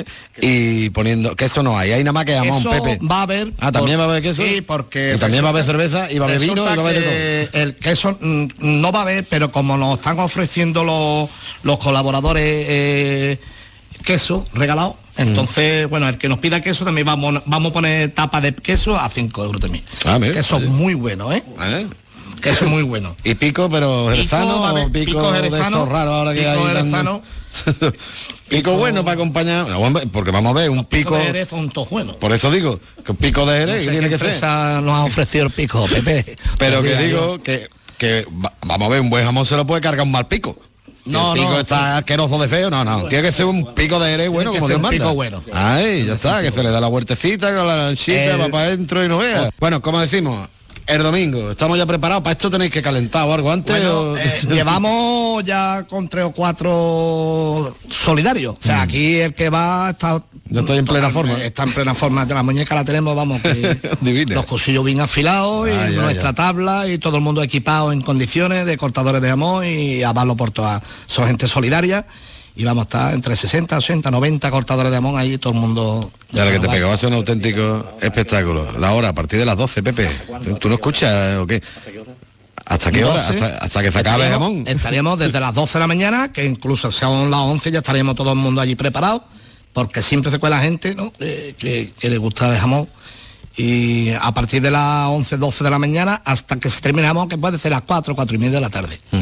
y poniendo, queso no hay nada más que jamón, eso Pepe. Va a haber. ¿También va a haber queso? Sí, porque... Y también va a haber cerveza, y va a haber vino, y va a haber de todo. El queso no va a haber, pero como nos están ofreciendo los colaboradores queso regalado, entonces, bueno, el que nos pida queso también vamos a poner tapa de queso a 5 euros también. Queso muy bueno, queso muy bueno. ¿Y pico, pero jerezano o pico de estos raros ahora que hay? Jerezano. Pico bueno para acompañar, porque vamos a ver un pico de Jerez son todos buenos. Por eso digo que un pico de Jerez, no sé tiene que ser. Nos ha ofrecido el pico, Pepe. Pero que digo que vamos a ver, un buen jamón se lo puede cargar un mal pico. No, el pico está asqueroso de feo, no. Tiene que ser un pico de Jerez bueno, como Dios manda. Pico bueno. Ay, ya está, que se le da la huertecita con la lanchita, va para adentro y no vea. Bueno, como decimos, el domingo, ¿estamos ya preparados? ¿Para esto tenéis que calentar o algo antes? Bueno, llevamos ya con 3 o 4 solidarios. O sea, aquí el que va está... Ya estoy en plena forma. Está en plena forma. La muñeca la tenemos, vamos, que los cuchillos bien afilados y nuestra tabla y todo el mundo equipado en condiciones de cortadores de jamón y a darlo por todas. Son gente solidaria y vamos a estar entre 60, 80, 90 cortadores de jamón ahí, todo el mundo... Ya lo que te pega, va a ser un auténtico espectáculo. La hora, a partir de las 12, Pepe. ¿Tú no escuchas o qué? ¿Hasta qué hora? Hasta que se acabe el jamón. Estaríamos desde las 12 de la mañana, que incluso sean las 11 ya estaríamos todo el mundo allí preparado, porque siempre se cuela gente, ¿no? que le gusta el jamón. Y a partir de las 11, 12 de la mañana hasta que se terminamos, que puede ser las 4, 4 y media de la tarde.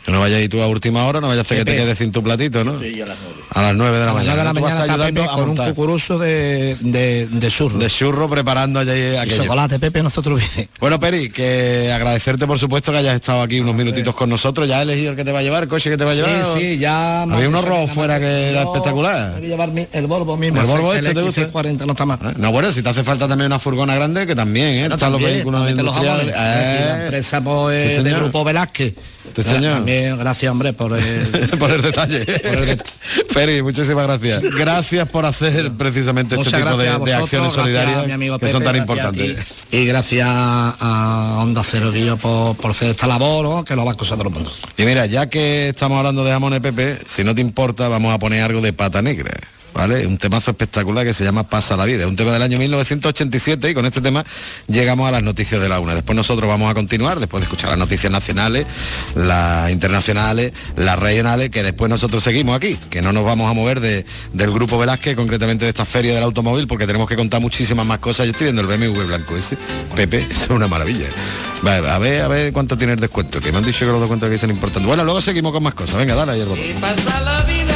Que no vayas ahí tú a última hora, no vayas a hacer que te quedes sin tu platito, ¿no? Sí, a las 9. A las 9 de la mañana. A la mañana está ayudando Pepe con un cucuruzo de churro. De churro preparando allí aquello. Chocolate, Pepe, nosotros dice. Bueno, Peri, que agradecerte por supuesto que hayas estado aquí unos minutitos con nosotros. ¿Ya has elegido el que te va a llevar, el coche que te va a llevar? Sí, ya. Había unos rojos fuera que era espectacular. Voy a llevar el Volvo mismo. ¿El Volvo este te gusta? 40 no está mal. No, bueno, si te hace falta también una furgona grande, que también, ¿eh? Están los vehículos industriales. La empresa pues, del Grupo Velázquez. Sí, señor. También, gracias, hombre, por el... por el detalle. Peri, muchísimas gracias. Gracias por hacer precisamente este tipo de acciones solidarias que son tan importantes. Y gracias a Onda Cero Guío por hacer esta labor, ¿no? Que lo va a acusar todo el mundo. Y mira, ya que estamos hablando de jamones, Pepe, si no te importa, vamos a poner algo de Pata Negra. ¿Vale? Un temazo espectacular que se llama Pasa la vida, un tema del año 1987 y con este tema llegamos a las noticias de la una. Después nosotros vamos a continuar, después de escuchar las noticias nacionales, las internacionales, las regionales, que después nosotros seguimos aquí, que no nos vamos a mover del Grupo Velázquez, concretamente de esta feria del automóvil, porque tenemos que contar muchísimas más cosas. Yo estoy viendo el BMW blanco ese, Pepe, eso es una maravilla. Vale, a ver cuánto tiene el descuento, que me han dicho que los descuentos que son importantes. Bueno, luego seguimos con más cosas. Venga, dale ahí el botón. Pasa la vida.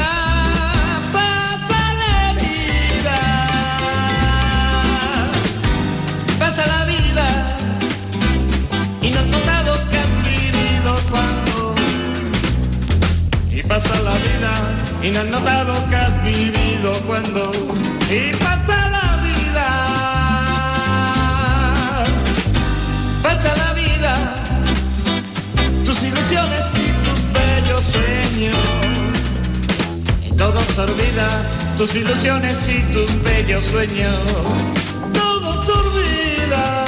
Pasa la vida y no has notado que has vivido cuando y pasa la vida, pasa la vida, tus ilusiones y tus bellos sueños, y todo se olvida, tus ilusiones y tus bellos sueños, todo se olvida,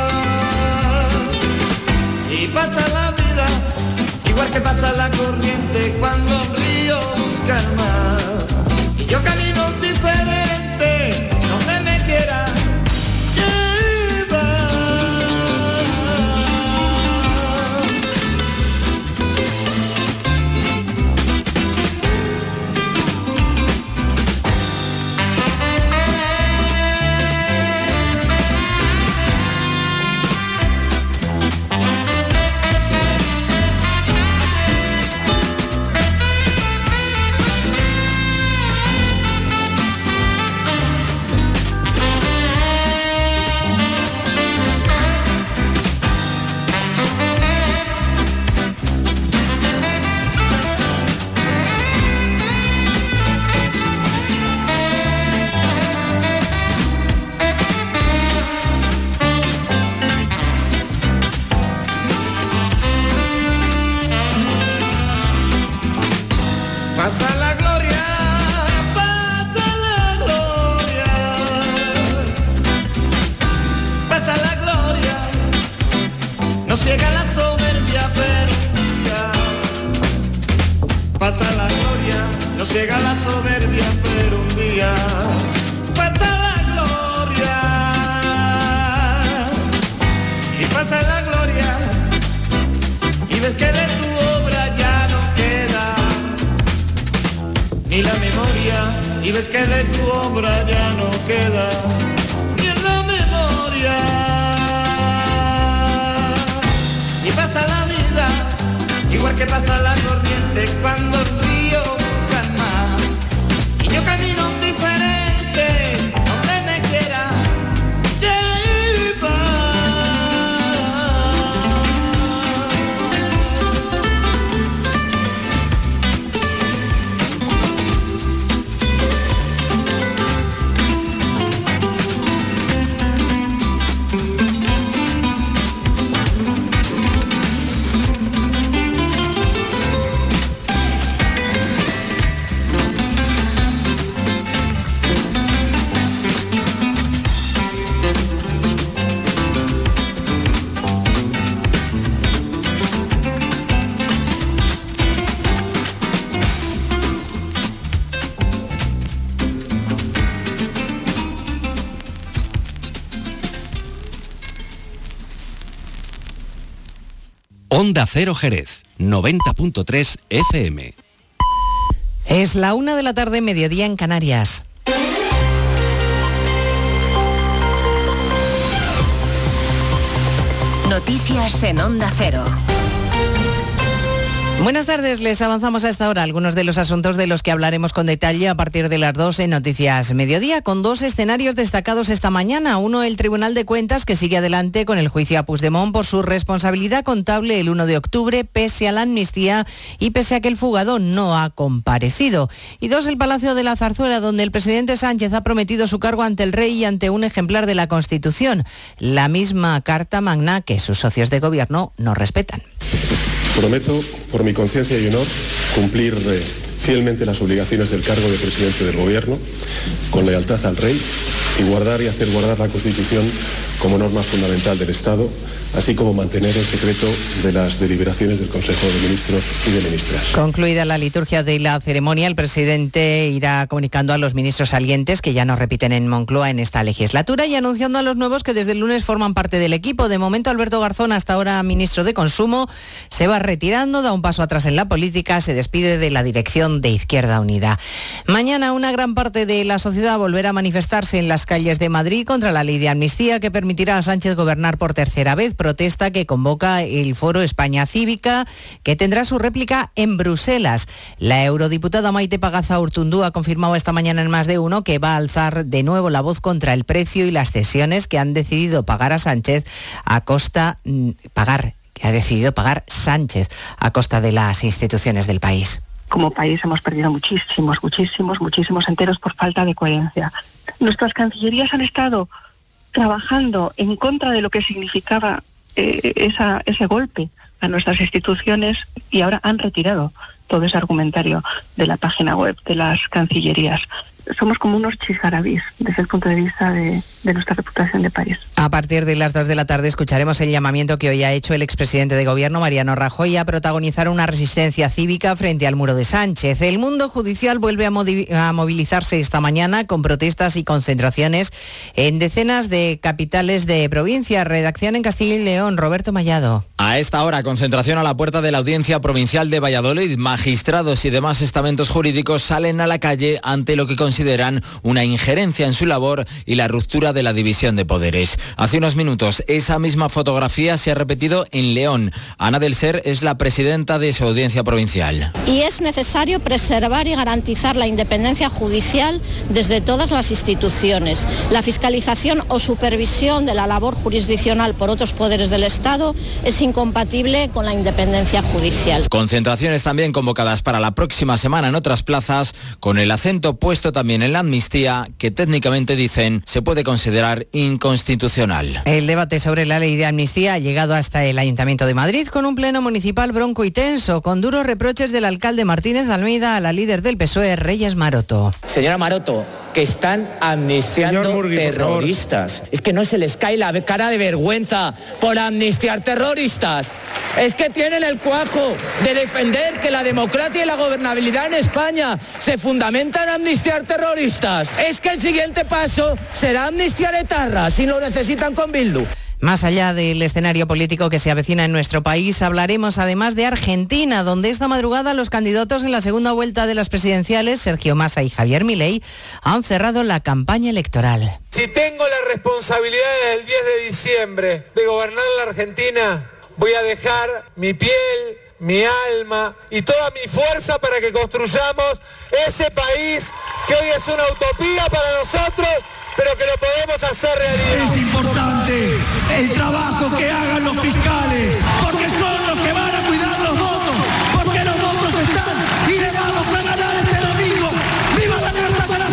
y pasa la vida. Igual que pasa la corriente cuando un río calma. Y yo camino diferente, donde me quiera llevar. Pasa la gloria, pasa la gloria, pasa la gloria, no ciega la soberbia, pero un día. Pasa la gloria, no ciega la soberbia, pero un día. Pasa la gloria, y pasa la gloria, y ves que de tu obra ya no queda ni la memoria, y ves que de tu obra ya no queda ni en la memoria. Y pasa la vida, igual que pasa la corriente cuando el río calma. Y yo camino diferente, donde me quiera llevar. Onda Cero Jerez, 90.3 FM. Es la 1 de la tarde, mediodía en Canarias. Noticias en Onda Cero. Buenas tardes, les avanzamos a esta hora algunos de los asuntos de los que hablaremos con detalle a partir de las 2 en Noticias Mediodía, con dos escenarios destacados esta mañana. Uno, el Tribunal de Cuentas, que sigue adelante con el juicio a Puigdemont por su responsabilidad contable el 1 de octubre, pese a la amnistía y pese a que el fugado no ha comparecido. Y dos, el Palacio de la Zarzuela, donde el presidente Sánchez ha prometido su cargo ante el rey y ante un ejemplar de la Constitución, la misma Carta Magna que sus socios de gobierno no respetan. Prometo, por mi conciencia y honor, cumplir fielmente las obligaciones del cargo de presidente del Gobierno, con lealtad al Rey, y guardar y hacer guardar la Constitución como norma fundamental del Estado, así como mantener el secreto de las deliberaciones del Consejo de Ministros y de Ministras. Concluida la liturgia de la ceremonia, el presidente irá comunicando a los ministros salientes que ya no repiten en Moncloa en esta legislatura y anunciando a los nuevos que desde el lunes forman parte del equipo. De momento, Alberto Garzón, hasta ahora ministro de Consumo, se va retirando, da un paso atrás en la política, se despide de la dirección de Izquierda Unida. Mañana una gran parte de la sociedad volverá a manifestarse en las calles de Madrid contra la ley de amnistía que permitirá a Sánchez gobernar por tercera vez. Protesta que convoca el Foro España Cívica, que tendrá su réplica en Bruselas. La eurodiputada Maite Pagazaurtundú ha confirmado esta mañana en Más de Uno que va a alzar de nuevo la voz contra el precio y las cesiones que han decidido pagar a Sánchez Sánchez a costa de las instituciones del país. Como país hemos perdido muchísimos enteros por falta de coherencia. Nuestras cancillerías han estado trabajando en contra de lo que significaba ese golpe a nuestras instituciones y ahora han retirado todo ese argumentario de la página web de las cancillerías. Somos como unos chisgarabís desde el punto de vista de nuestra reputación de país. A partir de las 2 de la tarde escucharemos el llamamiento que hoy ha hecho el expresidente de Gobierno, Mariano Rajoy, a protagonizar una resistencia cívica frente al muro de Sánchez. El mundo judicial vuelve a movilizarse esta mañana con protestas y concentraciones en decenas de capitales de provincia. Redacción en Castilla y León, Roberto Mallado. A esta hora, concentración a la puerta de la Audiencia Provincial de Valladolid. Magistrados y demás estamentos jurídicos salen a la calle ante lo que consideran una injerencia en su labor y la ruptura de la división de poderes. Hace unos minutos, esa misma fotografía se ha repetido en León. Ana del Ser es la presidenta de su audiencia provincial. Y es necesario preservar y garantizar la independencia judicial desde todas las instituciones. La fiscalización o supervisión de la labor jurisdiccional por otros poderes del Estado es incompatible con la independencia judicial. Concentraciones también convocadas para la próxima semana en otras plazas, con el acento puesto también en la amnistía, que técnicamente dicen se puede considerar inconstitucional. El debate sobre la ley de amnistía ha llegado hasta el Ayuntamiento de Madrid con un pleno municipal bronco y tenso, con duros reproches del alcalde Martínez Almeida a la líder del PSOE, Reyes Maroto. Señora Maroto, que están amnistiando terroristas. Es que no se les cae la cara de vergüenza por amnistiar terroristas. Es que tienen el cuajo de defender que la democracia y la gobernabilidad en España se fundamentan en amnistiar terroristas. Es que el siguiente paso será amnistiar etarras si lo necesitan con Bildu. Más allá del escenario político que se avecina en nuestro país, hablaremos además de Argentina, donde esta madrugada los candidatos en la segunda vuelta de las presidenciales, Sergio Massa y Javier Milei, han cerrado la campaña electoral. Si tengo la responsabilidad el 10 de diciembre de gobernar la Argentina, voy a dejar mi piel, mi alma y toda mi fuerza para que construyamos ese país que hoy es una utopía para nosotros, pero que lo podemos hacer realidad. Es importante el trabajo que hagan los fiscales, porque son los que van a cuidar los votos, porque los votos están y le vamos a ganar este domingo. ¡Viva la carta, carajo!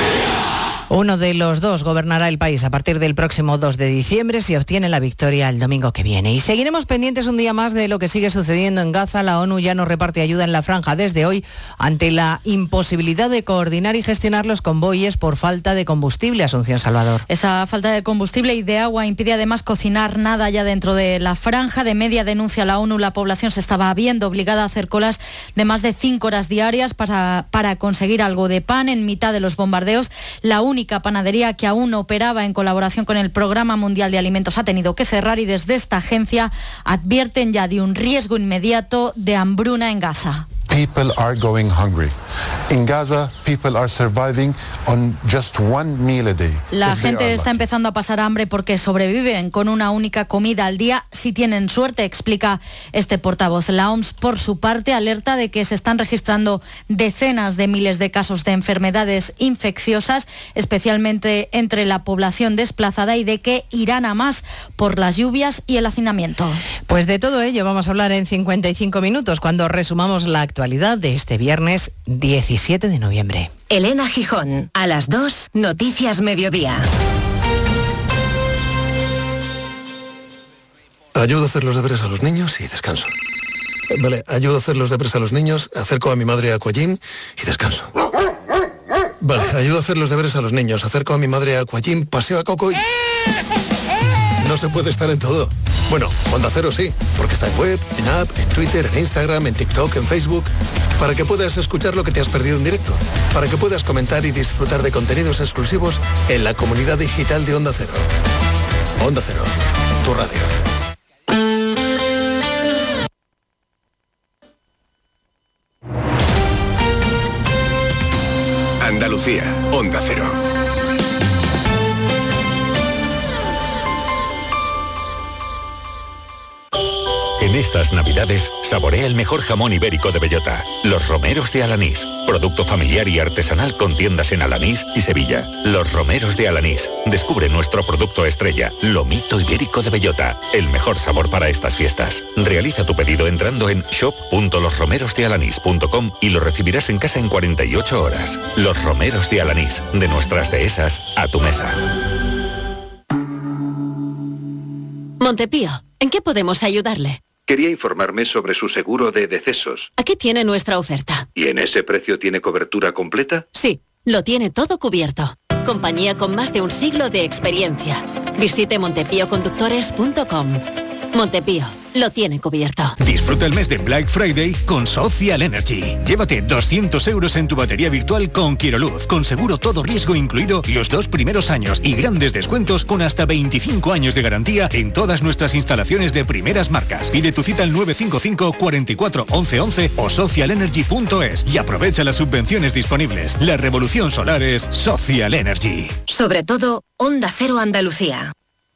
Uno de los dos gobernará el país a partir del próximo 2 de diciembre si obtiene la victoria el domingo que viene. Y seguiremos pendientes un día más de lo que sigue sucediendo en Gaza. La ONU ya no reparte ayuda en la franja desde hoy ante la imposibilidad de coordinar y gestionar los convoyes por falta de combustible. Asunción Salvador. Esa falta de combustible y de agua impide además cocinar nada ya dentro de la franja. De media, denuncia la ONU, la población se estaba viendo obligada a hacer colas de más de 5 horas diarias para conseguir algo de pan en mitad de los bombardeos. La única panadería que aún operaba en colaboración con el Programa Mundial de Alimentos ha tenido que cerrar y desde esta agencia advierten ya de un riesgo inmediato de hambruna en Gaza. People are going hungry In Gaza, people are surviving on just one meal a day. La gente está empezando a pasar hambre porque sobreviven con una única comida al día si tienen suerte, explica este portavoz. La OMS, por su parte, alerta de que se están registrando decenas de miles de casos de enfermedades infecciosas, especialmente entre la población desplazada, y de que irán a más por las lluvias y el hacinamiento. Pues de todo ello vamos a hablar en 55 minutos, cuando resumamos la actualidad de este viernes 17 de noviembre. Elena Gijón, a las 2, Noticias Mediodía. Ayudo a hacer los deberes a los niños y descanso. Vale, ayudo a hacer los deberes a los niños, acerco a mi madre a Aquagym y descanso. Vale, ayudo a hacer los deberes a los niños, acerco a mi madre a Aquagym, paseo a Coco y... No se puede estar en todo. Bueno, Onda Cero sí, porque está en web, en app, en Twitter, en Instagram, en TikTok, en Facebook, para que puedas escuchar lo que te has perdido en directo, para que puedas comentar y disfrutar de contenidos exclusivos en la comunidad digital de Onda Cero. Onda Cero, tu radio. Andalucía, Onda Cero. En estas Navidades, saborea el mejor jamón ibérico de bellota, Los Romeros de Alanís. Producto familiar y artesanal con tiendas en Alanís y Sevilla. Los Romeros de Alanís. Descubre nuestro producto estrella, Lomito Ibérico de Bellota. El mejor sabor para estas fiestas. Realiza tu pedido entrando en shop.losromerosdealanís.com y lo recibirás en casa en 48 horas. Los Romeros de Alanís. De nuestras dehesas a tu mesa. Montepío, ¿en qué podemos ayudarle? Quería informarme sobre su seguro de decesos. Aquí tiene nuestra oferta. ¿Y en ese precio tiene cobertura completa? Sí, lo tiene todo cubierto. Compañía con más de un siglo de experiencia. Visite montepíoconductores.com. Montepío, lo tiene cubierto. Disfruta el mes de Black Friday con Social Energy. Llévate 200 euros en tu batería virtual con Quiroluz, con seguro todo riesgo incluido los 2 primeros años y grandes descuentos con hasta 25 años de garantía en todas nuestras instalaciones de primeras marcas. Pide tu cita al 955 44 11 11 o socialenergy.es y aprovecha las subvenciones disponibles. La revolución solar es Social Energy. Sobre todo, Onda Cero Andalucía.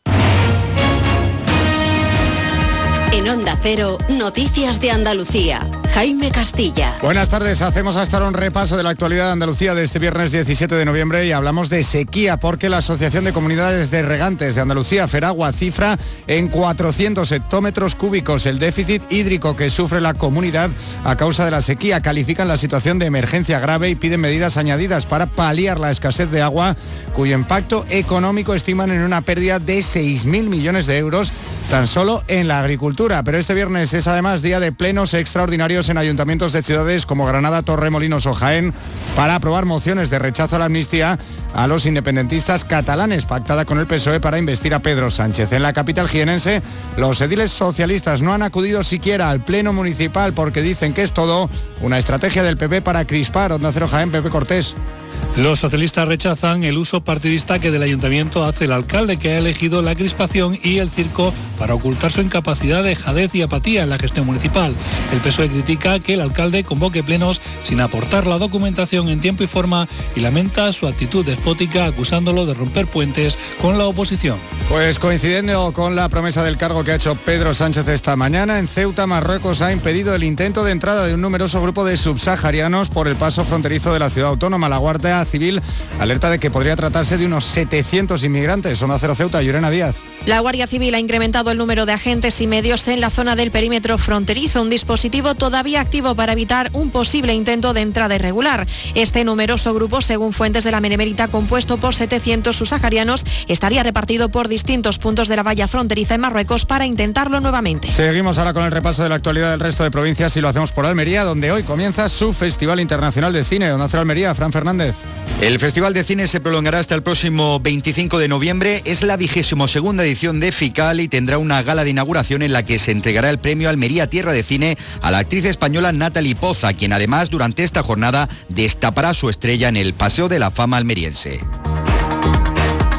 En Onda Cero, Noticias de Andalucía. Jaime Castilla. Buenas tardes, hacemos hasta ahora un repaso de la actualidad de Andalucía de este viernes 17 de noviembre y hablamos de sequía porque la Asociación de Comunidades de Regantes de Andalucía, Feragua, cifra en 400 hectómetros cúbicos el déficit hídrico que sufre la comunidad a causa de la sequía. Califican la situación de emergencia grave y piden medidas añadidas para paliar la escasez de agua, cuyo impacto económico estiman en una pérdida de 6.000 millones de euros tan solo en la agricultura. Pero este viernes es además día de plenos extraordinarios en ayuntamientos de ciudades como Granada, Torremolinos o Jaén para aprobar mociones de rechazo a la amnistía a los independentistas catalanes, pactada con el PSOE para investir a Pedro Sánchez. En la capital jienense, los ediles socialistas no han acudido siquiera al pleno municipal porque dicen que es todo una estrategia del PP para crispar. Onda Cero Jaén, Pepe Cortés. Los socialistas rechazan el uso partidista que del ayuntamiento hace el alcalde, que ha elegido la crispación y el circo para ocultar su incapacidad, dejadez y apatía en la gestión municipal. El PSOE critica que el alcalde convoque plenos sin aportar la documentación en tiempo y forma y lamenta su actitud despótica, acusándolo de romper puentes con la oposición. Pues coincidiendo con la promesa del cargo que ha hecho Pedro Sánchez esta mañana, en Ceuta, Marruecos ha impedido el intento de entrada de un numeroso grupo de subsaharianos por el paso fronterizo de la ciudad autónoma. La Guardia Civil alerta de que podría tratarse de unos 700 inmigrantes. Onda Cero Ceuta, Llorena Díaz. La Guardia Civil ha incrementado el número de agentes y medios en la zona del perímetro fronterizo, un dispositivo todavía activo para evitar un posible intento de entrada irregular. Este numeroso grupo, según fuentes de la Benemérita, compuesto por 700 subsaharianos, estaría repartido por distintos puntos de la valla fronteriza en Marruecos para intentarlo nuevamente. Seguimos ahora con el repaso de la actualidad del resto de provincias y lo hacemos por Almería, donde hoy comienza su Festival Internacional de Cine. Onda Cero Almería, Fran Fernández. El Festival de Cine se prolongará hasta el próximo 25 de noviembre. Es la 22ª edición de FICAL y tendrá una gala de inauguración en la que se entregará el premio Almería Tierra de Cine a la actriz española Natalie Poza, quien además durante esta jornada destapará su estrella en el Paseo de la Fama almeriense.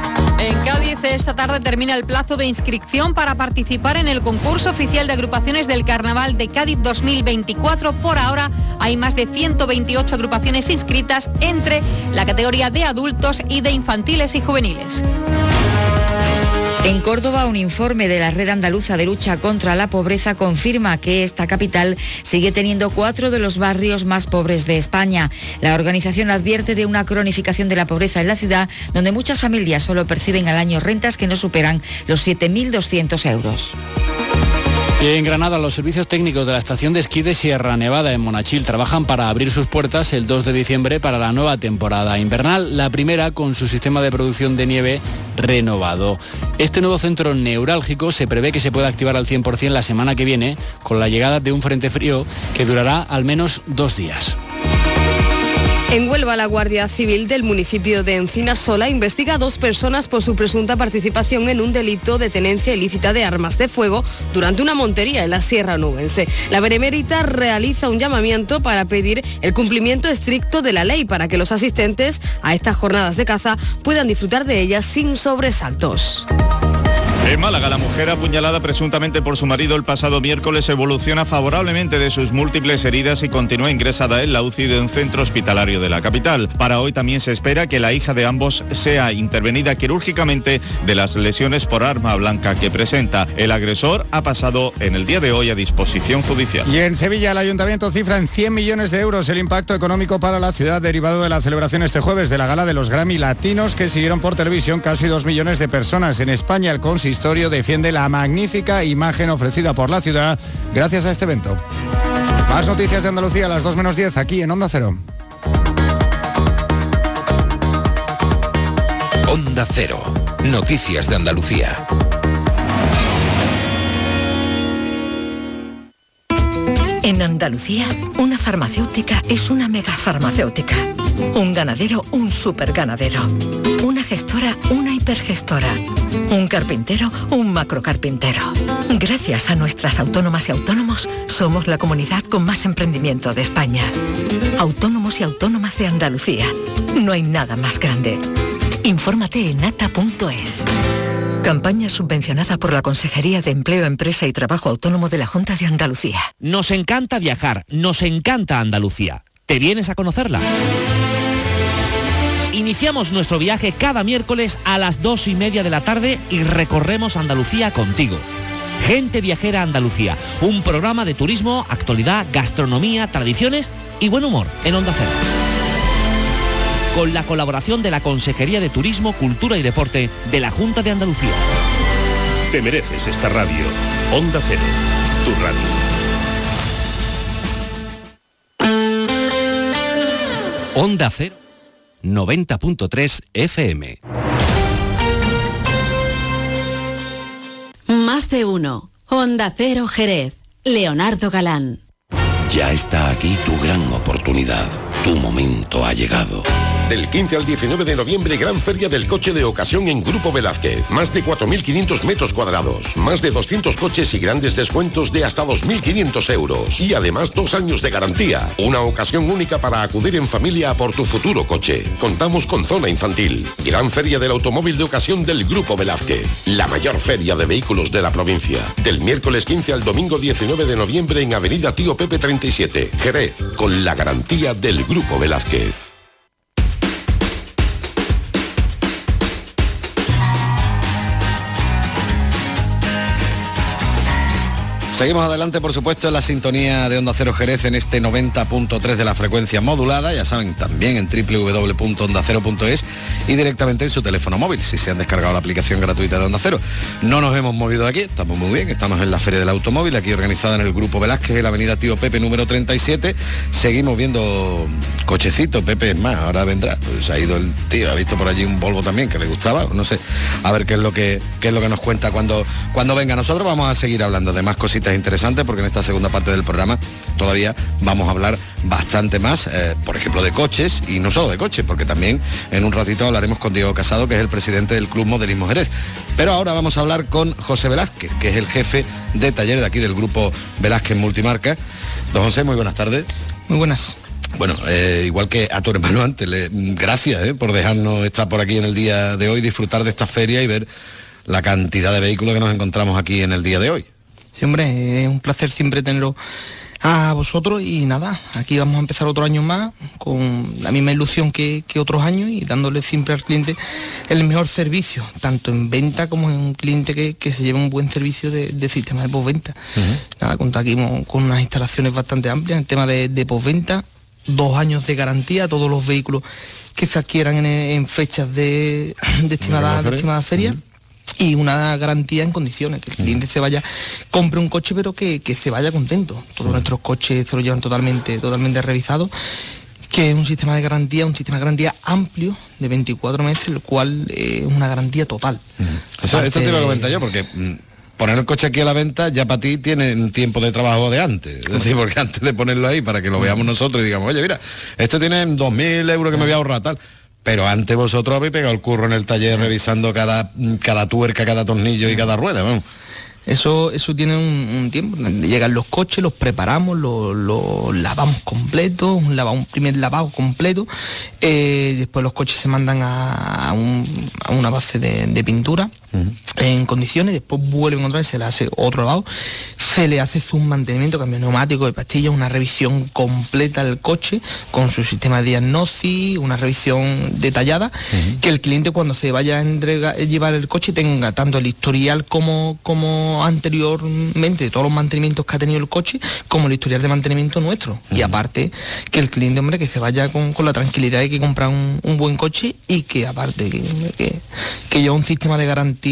En Cádiz esta tarde termina el plazo de inscripción para participar en el concurso oficial de agrupaciones del Carnaval de Cádiz 2024. Por ahora hay más de 128 agrupaciones inscritas entre la categoría de adultos y de infantiles y juveniles. En Córdoba, un informe de la Red Andaluza de Lucha contra la Pobreza confirma que esta capital sigue teniendo 4 de los barrios más pobres de España. La organización advierte de una cronificación de la pobreza en la ciudad, donde muchas familias solo perciben al año rentas que no superan los 7.200 euros. Y en Granada, los servicios técnicos de la estación de esquí de Sierra Nevada en Monachil trabajan para abrir sus puertas el 2 de diciembre para la nueva temporada invernal, la primera con su sistema de producción de nieve renovado. Este nuevo centro neurálgico se prevé que se pueda activar al 100% la semana que viene, con la llegada de un frente frío que durará al menos 2 días. En Huelva, la Guardia Civil del municipio de Encinasola investiga a 2 personas por su presunta participación en un delito de tenencia ilícita de armas de fuego durante una montería en la Sierra Onubense. La Benemérita realiza un llamamiento para pedir el cumplimiento estricto de la ley para que los asistentes a estas jornadas de caza puedan disfrutar de ellas sin sobresaltos. En Málaga, la mujer apuñalada presuntamente por su marido el pasado miércoles evoluciona favorablemente de sus múltiples heridas y continúa ingresada en la UCI de un centro hospitalario de la capital. Para hoy también se espera que la hija de ambos sea intervenida quirúrgicamente de las lesiones por arma blanca que presenta. El agresor ha pasado en el día de hoy a disposición judicial. Y en Sevilla, el Ayuntamiento cifra en 100 millones de euros el impacto económico para la ciudad derivado de la celebración este jueves de la gala de los Grammy Latinos, que siguieron por televisión casi 2 millones de personas. En España, el consistorio defiende la magnífica imagen ofrecida por la ciudad gracias a este evento. Más noticias de Andalucía a las 2 menos 10 aquí en Onda Cero. Onda Cero. Noticias de Andalucía. En Andalucía, una farmacéutica es una megafarmacéutica. Un ganadero, un superganadero. Una gestora, una hipergestora. Un carpintero, un macrocarpintero. Gracias a nuestras autónomas y autónomos, somos la comunidad con más emprendimiento de España. Autónomos y autónomas de Andalucía. No hay nada más grande. Infórmate en ata.es. Campaña subvencionada por la Consejería de Empleo, Empresa y Trabajo Autónomo de la Junta de Andalucía. Nos encanta viajar, nos encanta Andalucía. ¿Te vienes a conocerla? Iniciamos nuestro viaje cada miércoles a las 2:30 de la tarde y recorremos Andalucía contigo. Gente Viajera Andalucía, un programa de turismo, actualidad, gastronomía, tradiciones y buen humor en Onda Cero. Con la colaboración de la Consejería de Turismo, Cultura y Deporte de la Junta de Andalucía. Te mereces esta radio. Onda Cero, tu radio. Onda Cero, 90.3 FM. Más de uno. Onda Cero Jerez. Leonardo Galán. Ya está aquí tu gran oportunidad. Tu momento ha llegado. Del 15 al 19 de noviembre, gran feria del coche de ocasión en Grupo Velázquez. Más de 4.500 metros cuadrados. Más de 200 coches y grandes descuentos de hasta 2.500 euros. Y además 2 años de garantía. Una ocasión única para acudir en familia a por tu futuro coche. Contamos con zona infantil. Gran feria del automóvil de ocasión del Grupo Velázquez. La mayor feria de vehículos de la provincia. Del miércoles 15 al domingo 19 de noviembre en Avenida Tío Pepe 37, Jerez. Con la garantía del Grupo Velázquez. Seguimos adelante, por supuesto, en la sintonía de Onda Cero Jerez en este 90.3 de la frecuencia modulada. Ya saben, también en www.ondacero.es y directamente en su teléfono móvil, si se han descargado la aplicación gratuita de Onda Cero. No nos hemos movido de aquí, estamos muy bien, estamos en la Feria del Automóvil, aquí organizada en el Grupo Velázquez, en la Avenida Tío Pepe número 37. Seguimos viendo cochecitos, Pepe, es más, ahora vendrá. Pues ha ido el tío, ha visto por allí un Volvo también que le gustaba, no sé, a ver qué es lo que nos cuenta cuando venga. Nosotros vamos a seguir hablando de más cositas interesantes, porque en esta segunda parte del programa todavía vamos a hablar bastante más, por ejemplo, de coches, y no solo de coches, porque también en un ratito hablaremos con Diego Casado, que es el presidente del Club Modelismo Jerez. Pero ahora vamos a hablar con José Velázquez, que es el jefe de taller de aquí del Grupo Velázquez Multimarca. Don José, muy buenas tardes. Muy buenas. Bueno, igual que a tu hermano antes, gracias por dejarnos estar por aquí en el día de hoy, disfrutar de esta feria y ver la cantidad de vehículos que nos encontramos aquí en el día de hoy. Sí, hombre, es un placer siempre tenerlo a vosotros y nada, aquí vamos a empezar otro año más con la misma ilusión que otros años y dándole siempre al cliente el mejor servicio, tanto en venta como en un cliente que se lleve un buen servicio de sistema de postventa. Nada, contar aquí con unas instalaciones bastante amplias en el tema de postventa, 2 años de garantía a todos los vehículos que se adquieran en fechas de estimada feria. Y una garantía en condiciones, que el cliente se vaya, compre un coche pero que se vaya contento. Todos nuestros coches se lo llevan totalmente revisados, que es un sistema de garantía amplio de 24 meses, el cual es una garantía total. Esto te lo comenté yo, porque poner el coche aquí a la venta ya para ti tiene un tiempo de trabajo de antes. Es decir, porque antes de ponerlo ahí para que lo veamos nosotros y digamos, oye, mira, esto tiene 2.000 euros que me voy a ahorrar, tal. Pero antes vosotros habéis pegado el curro en el taller revisando cada tuerca, cada tornillo y cada rueda, vamos. Eso tiene un tiempo. Llegan los coches, los preparamos, los lavamos completos, un primer lavado completo. Después los coches se mandan a una base de pintura en condiciones, después vuelven otra vez, se le hace otro lavado, se le hace su mantenimiento, cambio neumático, de pastillas, una revisión completa del coche con su sistema de diagnosis, una revisión detallada, que el cliente cuando se vaya a llevar el coche tenga tanto el historial como anteriormente, todos los mantenimientos que ha tenido el coche, como el historial de mantenimiento nuestro. Y aparte, que el cliente, hombre, que se vaya con la tranquilidad de que compra un buen coche y que aparte que lleva un sistema de garantía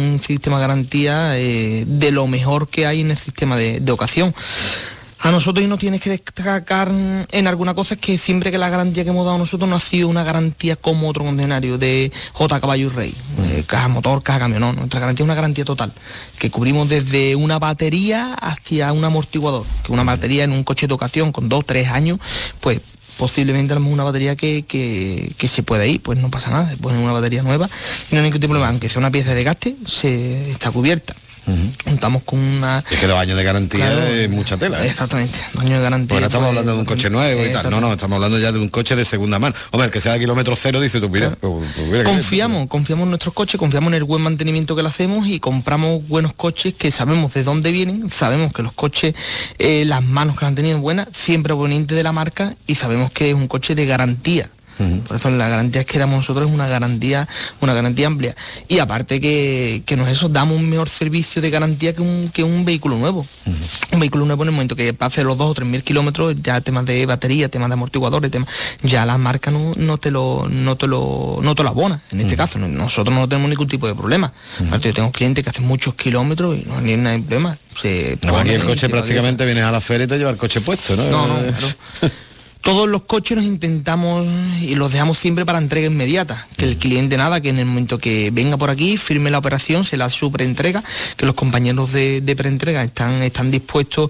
de lo mejor que hay en el sistema de ocasión. A nosotros no tienes que destacar en alguna cosa, es que siempre que la garantía que hemos dado nosotros no ha sido una garantía como otro concesionario de J Caballo y Rey, caja motor, caja camión, no. Nuestra garantía es una garantía total, que cubrimos desde una batería hacia un amortiguador, que una batería en un coche de ocasión con 2-3 años, pues posiblemente a lo mejor una batería que se puede ir, pues no pasa nada, se pone una batería nueva y no hay ningún tipo de problema, aunque sea una pieza de desgaste, se está cubierta. Contamos con una... Es que 2 años de garantía es mucha tela. Exactamente, 2 años de garantía. Pues no estamos hablando de un coche nuevo y tal, no, estamos hablando ya de un coche de segunda mano. Hombre, el que sea de kilómetro cero, dice tú, mira, confiamos en nuestros coches, confiamos en el buen mantenimiento que le hacemos y compramos buenos coches que sabemos de dónde vienen, sabemos que los coches, las manos que las han tenido buenas, siempre provenientes de la marca y sabemos que es un coche de garantía. Por eso la garantía que damos nosotros es una garantía amplia y aparte que nos damos un mejor servicio de garantía que un vehículo nuevo. Un vehículo nuevo en el momento que pase los 2 o 3 mil kilómetros, ya temas de batería, temas de amortiguadores, ya la marca no te lo abona. En este caso nosotros no tenemos ningún tipo de problema. Yo tengo clientes que hacen muchos kilómetros y no hay ningún problema. Aquí el coche prácticamente vienes a la feria y te lleva el coche puesto, ¿no? No, claro. Todos los coches los intentamos y los dejamos siempre para entrega inmediata, que el cliente que en el momento que venga por aquí, firme la operación, se la hace su preentrega, que los compañeros de preentrega están dispuestos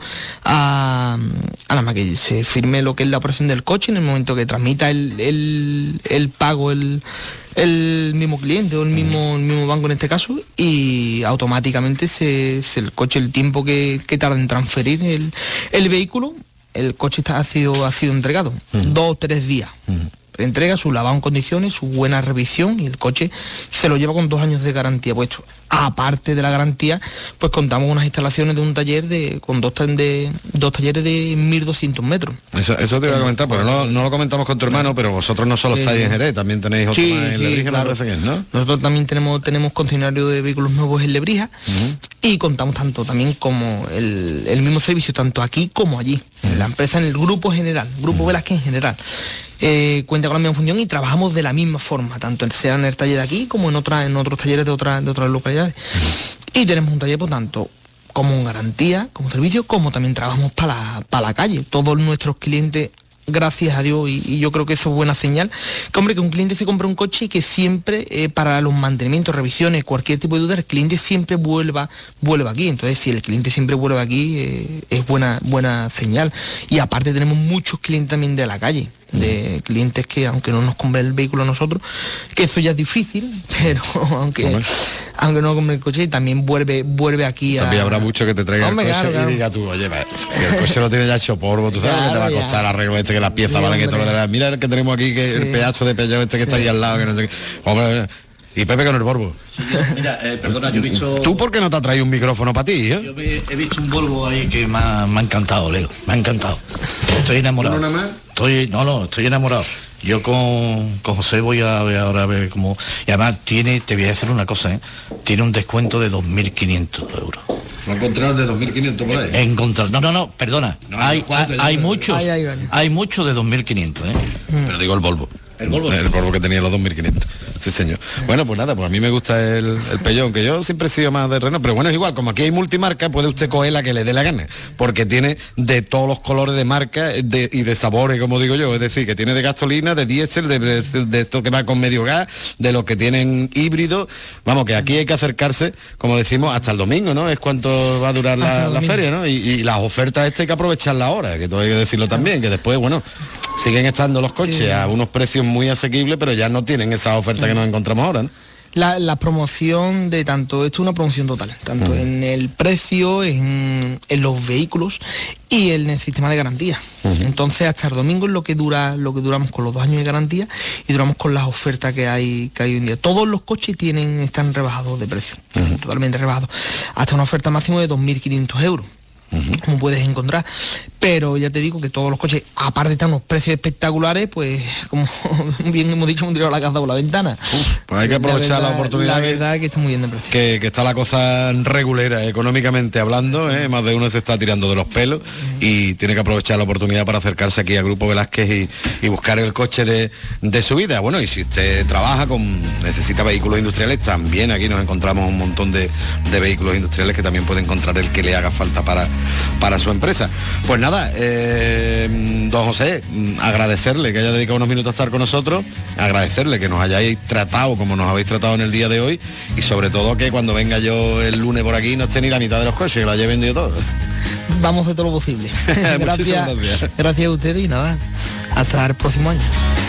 a nada más que se firme lo que es la operación del coche, en el momento que transmita el pago el mismo cliente o el mismo banco en este caso, y automáticamente el coche, el tiempo que tarda en transferir el vehículo, el coche ha sido entregado, 2 o 3 días. Entrega su lavado en condiciones, su buena revisión y el coche se lo lleva con 2 años de garantía puesto. Aparte de la garantía, pues contamos unas instalaciones de un taller con dos talleres de 1.200 metros. Eso te iba a comentar, pero no lo comentamos con tu hermano, pero vosotros no solo estáis en Jerez, también tenéis otro más en Lebrija, claro. Me parece que es, ¿no? Nosotros también tenemos concesionario de vehículos nuevos en Lebrija y contamos tanto también como el mismo servicio, tanto aquí como allí. La empresa en el grupo general, Grupo Velázquez en general. Cuenta con la misma función y trabajamos de la misma forma, tanto sea en el taller de aquí como en otros talleres de otras localidades. Y tenemos un taller, por tanto, como en garantía, como servicio, como también trabajamos para la calle. Todos nuestros clientes, gracias a Dios, y yo creo que eso es buena señal, que un cliente se compra un coche y que siempre para los mantenimientos, revisiones, cualquier tipo de duda, el cliente siempre vuelva aquí. Entonces, si el cliente siempre vuelve aquí, es buena señal. Y aparte tenemos muchos clientes también de la calle. de clientes que, aunque no nos compren el vehículo a nosotros, que eso ya es difícil, pero aunque no compren el coche, y también vuelve aquí también habrá mucho que te traiga el coche y diga tú, oye, que el coche lo tiene ya hecho polvo, tú sabes lo que te va a costar el arreglo este, que las piezas valen, que todo lo demás. Mira el que tenemos aquí, que el pedazo de Peugeot este que está ahí al lado, que no sé qué. Hombre, y Pepe con el Volvo. Mira, perdona, yo he visto... ¿Tú por qué no te has traído un micrófono para ti? Yo he visto un Volvo ahí que me ha encantado, Leo. Me ha encantado. Estoy enamorado. ¿No nada más? Estoy enamorado. Yo con José voy a ver ahora a ver cómo... Y además te voy a decir una cosa, tiene un descuento de 2.500 euros. ¿No he encontrado de 2.500 por ahí? He encontrado... No, perdona. Hay muchos de 2.500, Pero digo el Volvo. El Volvo que tenía los 2.500. Sí, señor. Bueno, pues nada, pues a mí me gusta el Peugeot, que yo siempre he sido más de Renault, pero bueno, es igual, como aquí hay multimarca, puede usted coger la que le dé la gana, porque tiene de todos los colores de marca y de sabores, como digo yo, es decir, que tiene de gasolina, de diésel, de esto que va con medio gas, de los que tienen híbrido. Vamos, que aquí hay que acercarse, como decimos, hasta el domingo, ¿no? Es cuánto va a durar la feria, ¿no? Y las ofertas hay que aprovecharlas ahora, que todo hay que decirlo también, que después, bueno, siguen estando los coches a unos precios muy asequibles, pero ya no tienen esa oferta que nos encontramos ahora, ¿no? La promoción de tanto, esto es una promoción total, tanto en el precio, en los vehículos y en el sistema de garantía. Entonces hasta el domingo es lo que duramos con los 2 años de garantía y duramos con las ofertas que hay hoy en día. Todos los coches están rebajados de precio, totalmente rebajados, hasta una oferta máxima de 2.500 euros. Como puedes encontrar, pero ya te digo que todos los coches, aparte de unos precios espectaculares, pues como bien hemos dicho, hemos tirado la casa por la ventana. Pues hay que aprovechar la oportunidad. La verdad que está muy bien de precio. Que está la cosa regulera económicamente hablando, más de uno se está tirando de los pelos y tiene que aprovechar la oportunidad para acercarse aquí a Grupo Velázquez y buscar el coche de su vida. Bueno, y si usted necesita vehículos industriales, también aquí nos encontramos un montón de vehículos industriales que también puede encontrar el que le haga falta para su empresa. Pues nada, don José, agradecerle que haya dedicado unos minutos a estar con nosotros, agradecerle que nos hayáis tratado como nos habéis tratado en el día de hoy y sobre todo que cuando venga yo el lunes por aquí no esté ni la mitad de los coches, que la haya vendido todo. Vamos de todo lo posible. Gracias a ustedes y nada, hasta el próximo año.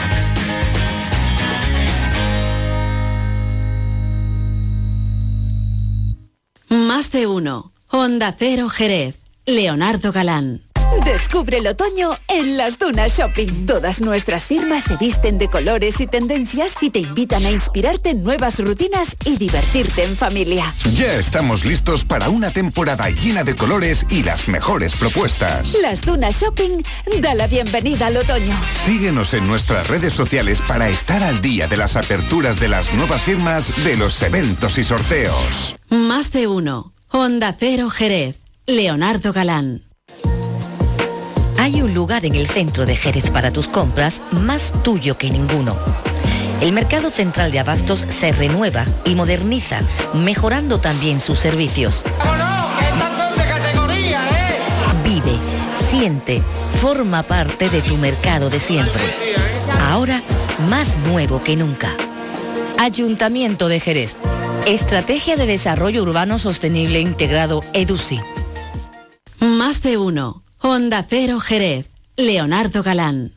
Más de uno. Onda Cero Jerez. Leonardo Galán. Descubre el otoño en Las Dunas Shopping. Todas nuestras firmas se visten de colores y tendencias y te invitan a inspirarte en nuevas rutinas y divertirte en familia. Ya estamos listos para una temporada llena de colores y las mejores propuestas. Las Dunas Shopping da la bienvenida al otoño. Síguenos en nuestras redes sociales para estar al día de las aperturas de las nuevas firmas, de los eventos y sorteos. Más de uno. Onda Cero Jerez. Leonardo Galán. Hay un lugar en el centro de Jerez para tus compras más tuyo que ninguno. El Mercado Central de Abastos se renueva y moderniza, mejorando también sus servicios. ¡Vámonos! ¡Estas son de categoría, Vive, siente, forma parte de tu mercado de siempre. Ahora, más nuevo que nunca. Ayuntamiento de Jerez. Estrategia de Desarrollo Urbano Sostenible Integrado EDUSI. Más de uno. Onda Cero Jerez. Leonardo Galán.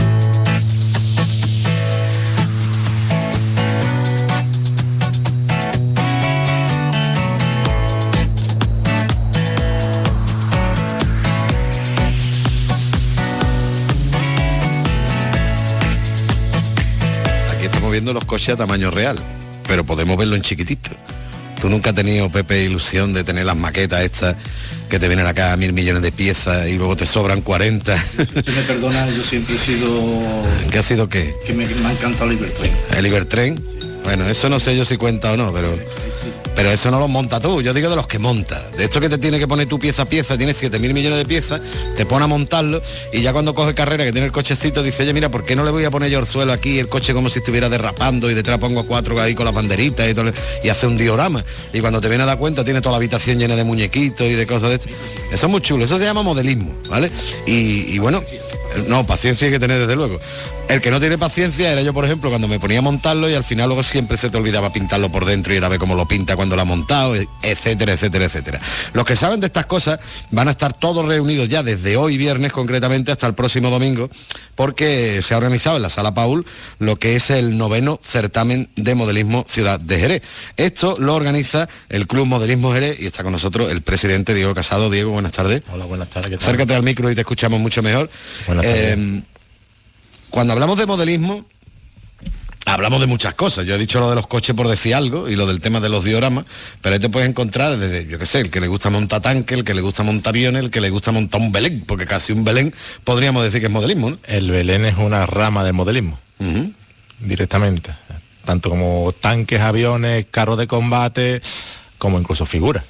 Aquí estamos viendo los coches a tamaño real, pero podemos verlo en chiquitito. Tú nunca has tenido, Pepe, ilusión de tener las maquetas estas que te vienen acá a 1.000 millones de piezas y luego te sobran 40. Usted me perdona, yo siempre he sido... ¿Qué ha sido qué? Que me ha encantado el Ibertren. ¿El Ibertren? Bueno, eso no sé yo si cuenta o no, pero eso no lo monta tú, yo digo de los que monta. De esto que te tiene que poner tu pieza a pieza, tienes 7.000 millones de piezas, te pone a montarlo y ya cuando coge carrera, que tiene el cochecito, dice, oye, mira, ¿por qué no le voy a poner yo el suelo aquí, el coche como si estuviera derrapando y detrás pongo 4 ahí con las banderitas y hace un diorama? Y cuando te viene a dar cuenta, tiene toda la habitación llena de muñequitos y de cosas de esto. Eso es muy chulo, eso se llama modelismo, ¿vale? Y bueno, No, paciencia hay que tener desde luego. El que no tiene paciencia era yo, por ejemplo, cuando me ponía a montarlo y al final luego siempre se te olvidaba pintarlo por dentro y era ver cómo lo pinta cuando lo ha montado, etcétera, etcétera, etcétera. Los que saben de estas cosas van a estar todos reunidos ya desde hoy viernes concretamente hasta el próximo domingo, porque se ha organizado en la Sala Paul lo que es el 9º certamen de modelismo Ciudad de Jerez. Esto lo organiza el Club Modelismo Jerez y está con nosotros el presidente Diego Casado. Diego, buenas tardes. Hola, buenas tardes. ¿Qué tal? Acércate al micro y te escuchamos mucho mejor. Buenas tardes. Cuando hablamos de modelismo, hablamos de muchas cosas. Yo he dicho lo de los coches por decir algo y lo del tema de los dioramas, pero ahí te puedes encontrar desde, yo qué sé, el que le gusta montar tanque, el que le gusta montar aviones, el que le gusta montar un Belén, porque casi un Belén podríamos decir que es modelismo, ¿no? El Belén es una rama del modelismo, directamente. Tanto como tanques, aviones, carros de combate, como incluso figuras.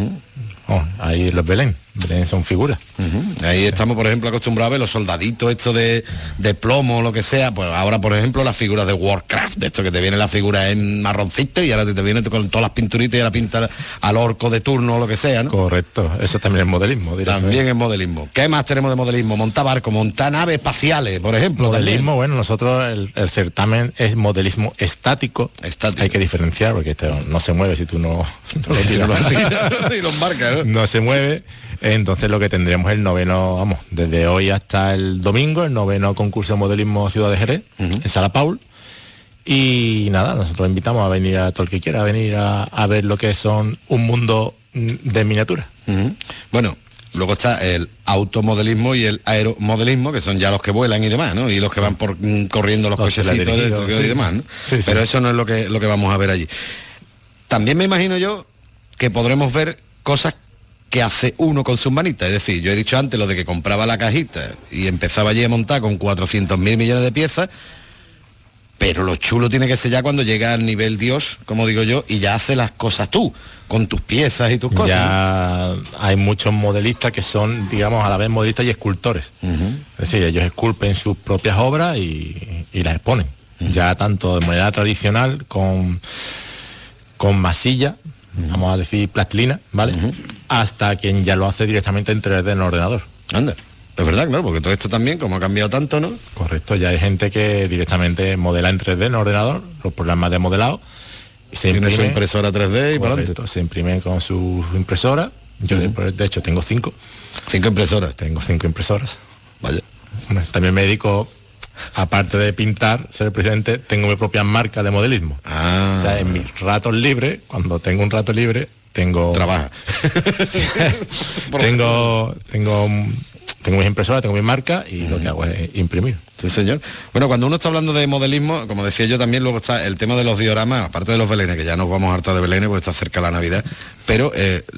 Ahí los Belén son figuras. Ahí estamos, por ejemplo, acostumbrados a ver los soldaditos estos de plomo o lo que sea. Pues ahora, por ejemplo, las figuras de Warcraft, de esto que te viene la figura en marroncito y ahora te viene con todas las pinturitas y ahora pinta al orco de turno o lo que sea, ¿no? Correcto, eso también es modelismo. También es modelismo. ¿Qué más tenemos de modelismo? Montar barcos, montar naves espaciales, por ejemplo. Modelismo, también. bueno, nosotros el certamen es modelismo estático. Hay que diferenciar porque esto no se mueve si tú no lo tiras. Y lo embarcas, ¿no? No se mueve. Entonces lo que tendremos el 9º, vamos, desde hoy hasta el domingo, el 9º concurso de modelismo Ciudad de Jerez, en Sala Paul. Y nada, nosotros invitamos a venir a todo el que quiera, a venir a ver lo que son un mundo de miniatura. Bueno, luego está el automodelismo y el aeromodelismo, que son ya los que vuelan y demás, ¿no? Y los que van corriendo los cochecitos y demás, ¿no? Sí, pero eso no es lo que vamos a ver allí. También me imagino yo que podremos ver cosas que hace uno con sus manitas. Es decir, yo he dicho antes lo de que compraba la cajita y empezaba allí a montar con 400.000 millones de piezas, pero lo chulo tiene que ser ya cuando llega al nivel Dios, como digo yo, y ya hace las cosas tú, con tus piezas y tus cosas. Ya hay muchos modelistas que son, digamos, a la vez modelistas y escultores. Es decir, ellos esculpen sus propias obras y las exponen. Ya tanto de manera tradicional, con masilla, vamos a decir plastilina, ¿vale? Hasta quien ya lo hace directamente en 3D en el ordenador. Anda, es verdad, claro, porque todo esto también, como ha cambiado tanto, ¿no? Correcto, ya hay gente que directamente modela en 3D en el ordenador, los programas de modelado. Tiene su impresora 3D y para adelante. Se imprime con su impresora. Yo de hecho tengo 5. 5 impresoras. Tengo 5 impresoras. Vaya. También me dedico, aparte de pintar, ser presidente, tengo mi propia marca de modelismo. O sea, en mis ratos libres, cuando tengo un rato libre, Trabaja. tengo mis impresoras, tengo mi marca y lo que hago es imprimir. Sí, señor. Bueno, cuando uno está hablando de modelismo, como decía yo también, luego está el tema de los dioramas, aparte de los belenes, que ya nos vamos harta de belenes porque está cerca la Navidad, pero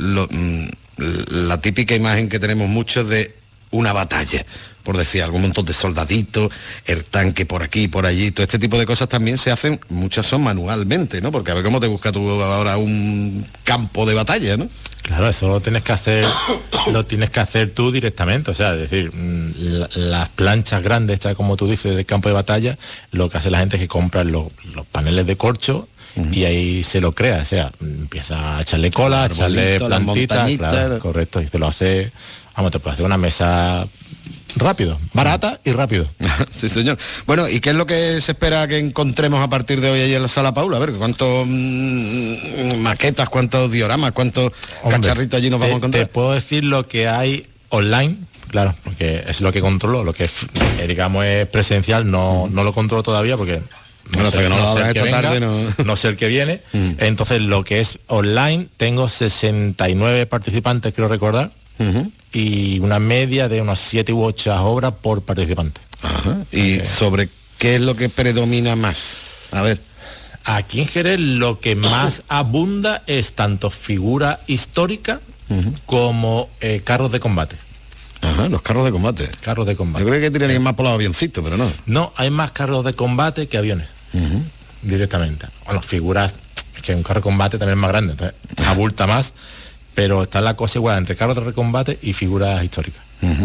la típica imagen que tenemos muchos de una batalla, por decir, algún montón de soldaditos, el tanque por aquí, por allí, todo este tipo de cosas también se hacen, muchas son manualmente, ¿no? Porque a ver cómo te busca tú ahora un campo de batalla, ¿no? Claro, eso lo tienes que hacer tú directamente, o sea, es decir, las planchas grandes, estas como tú dices, del campo de batalla, lo que hace la gente es que compra los paneles de corcho y ahí se lo crea, o sea, empieza a echarle cola, a echarle plantitas, claro, correcto, y te lo hace, vamos, te puede hacer una mesa rápido, barata y rápido. Sí, señor. Bueno, ¿y qué es lo que se espera que encontremos a partir de hoy allí en la Sala Paul? A ver, ¿cuántos maquetas, cuántos dioramas, cuántos cacharritos allí nos vamos a encontrar? Te puedo decir lo que hay online, claro, porque es lo que controlo, lo que es, digamos, es presencial, no lo controlo todavía porque no sé el que viene. Entonces, lo que es online, tengo 69 participantes, quiero recordar. Y una media de unas 7 u 8 obras por participante. ¿Y sobre qué es lo que predomina más? A ver. Aquí en Jerez lo que más abunda es tanto figura histórica como carros de combate. Los carros de combate. Carros de combate. Yo creo que tirarían más por los avioncitos, pero no. No, hay más carros de combate que aviones. Directamente. Bueno, figuras, es que un carro de combate también es más grande, entonces abulta más. Pero está la cosa igual entre carros de combate y figuras históricas.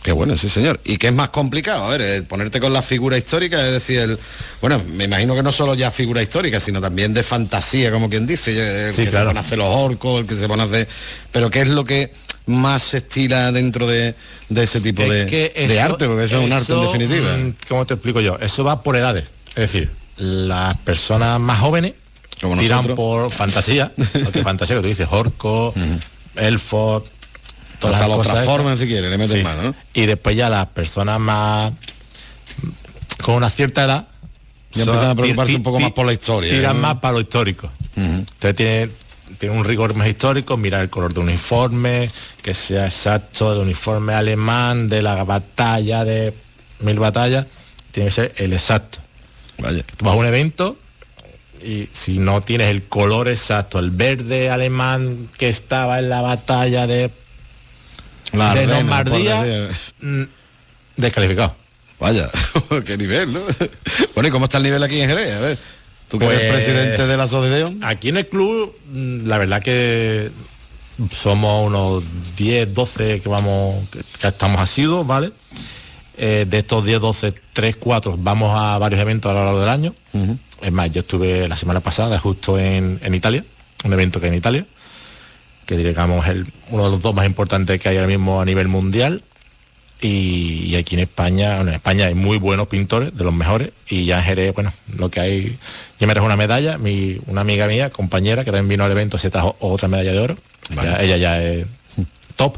Qué bueno, sí señor. ¿Y qué es más complicado? A ver, ponerte con la figura histórica, es decir, bueno, me imagino que no solo ya figura histórica, sino también de fantasía, como quien dice, el que se pone a hacer los orcos, el que se pone a hacer... Pero ¿qué es lo que más se estila dentro de ese tipo de arte? Porque eso es un arte en definitiva. ¿Cómo te explico yo? Eso va por edades. Es decir, las personas más jóvenes como tiran por fantasía, porque fantasía que tú dices, orcos, elfos... Hasta los transforman si quieren, le meten más, ¿no? Y después ya las personas más con una cierta edad ya empiezan a preocuparse un poco más por la historia. Tiran más para lo histórico. Entonces tiene un rigor más histórico, mirar el color de un uniforme, que sea exacto, el uniforme alemán, de la batalla, de 1000 batallas, tiene que ser el exacto. Vaya. Tú vas a un evento y si no tienes el color exacto, el verde alemán que estaba en la batalla de Normandía, descalificado. Vaya, qué nivel, ¿no? Bueno, ¿y cómo está el nivel aquí en Jerez? A ver, tú que eres presidente de la asociación. Aquí en el club, la verdad que somos unos 10, 12 que estamos asiduos, ¿vale? De estos 10, 12, 3, 4 vamos a varios eventos a lo largo del año. Es más, yo estuve la semana pasada justo en Italia, un evento que hay en Italia, que digamos uno de los 2 más importantes que hay ahora mismo a nivel mundial, y aquí en España hay muy buenos pintores, de los mejores, y ya en Jerez, bueno, lo que hay, yo me trajo una medalla, una amiga mía, compañera, que también vino al evento, se trajo otra medalla de oro, vale. Ella ya es top,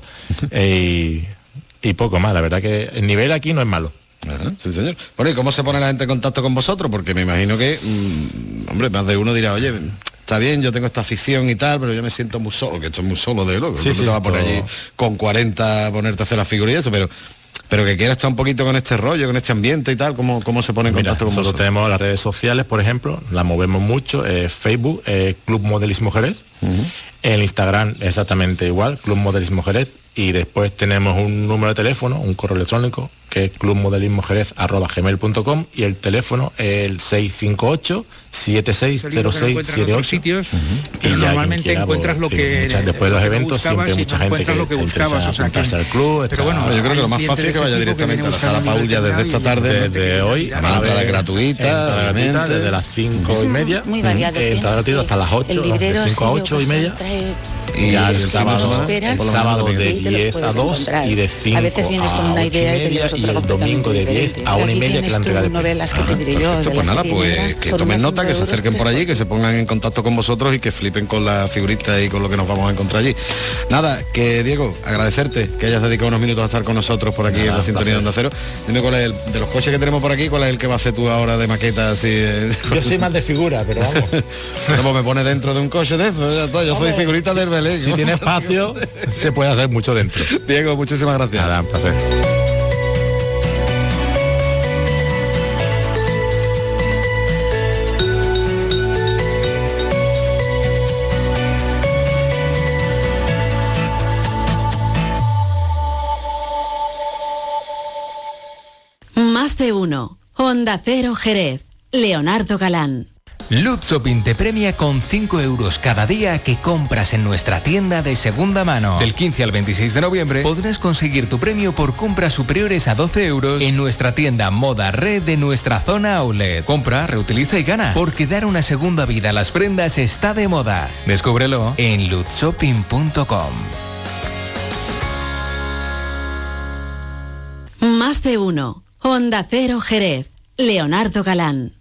y poco más, la verdad que el nivel aquí no es malo. Ajá, sí señor. Bueno, ¿y cómo se pone la gente en contacto con vosotros? Porque me imagino que, hombre, más de uno dirá, oye, está bien, yo tengo esta afición y tal, pero yo me siento muy solo, que esto es muy solo de loco. Sí, no te vas a poner allí con 40 a ponerte a hacer la figura y eso, pero que quiera estar un poquito con este rollo, con este ambiente y tal, ¿cómo se pone en contacto con vosotros? Nosotros tenemos las redes sociales, por ejemplo, las movemos mucho, Facebook, Club Modelismo Jerez, el Instagram exactamente igual, Club Modelismo Jerez, y después tenemos un número de teléfono, un correo electrónico, que es clubmodelismojerez@gmail.com, y el teléfono el 658 760678 sitios y normalmente encuentras lo que después de los eventos siempre hay mucha gente que lo que buscabas, o sea, que al club. Pero bueno, yo creo que lo más fácil es que vaya directamente a la sala Paul ya desde esta tarde, desde hoy, a la entrada gratuita, desde las 5:30, muy variado, entrada gratuita hasta las 8, de 5 a 8:30, y ya el sábado de 10 a 2 y de 5 a 8:30, y el domingo de 10 a 1:30, que la entrega de novelas que te diré yo. Pues nada, pues que tomen nota, que se acerquen por allí, que se pongan en contacto con vosotros y que flipen con la figurita y con lo que nos vamos a encontrar allí. Nada, que Diego, agradecerte que hayas dedicado unos minutos a estar con nosotros por aquí en la sintonía de Onda Cero. Dime cuál es de los coches que tenemos por aquí, cuál es el que va a hacer tú ahora de maqueta así. Yo soy más de figura, pero vamos. Bueno, pues me pone dentro de un coche de eso, ya está, yo soy figurita del Belén. Si tiene espacio, se puede hacer mucho dentro. Diego, muchísimas gracias. Nada, un placer. Más de uno. Onda Cero Jerez. Leonardo Galán. Lutz Shopping te premia con 5 euros cada día que compras en nuestra tienda de segunda mano. Del 15 al 26 de noviembre podrás conseguir tu premio por compras superiores a 12 euros en nuestra tienda Moda Red de nuestra zona Outlet. Compra, reutiliza y gana, porque dar una segunda vida a las prendas está de moda. Descúbrelo en lutzshopping.com. Más de uno. Onda Cero Jerez. Leonardo Galán.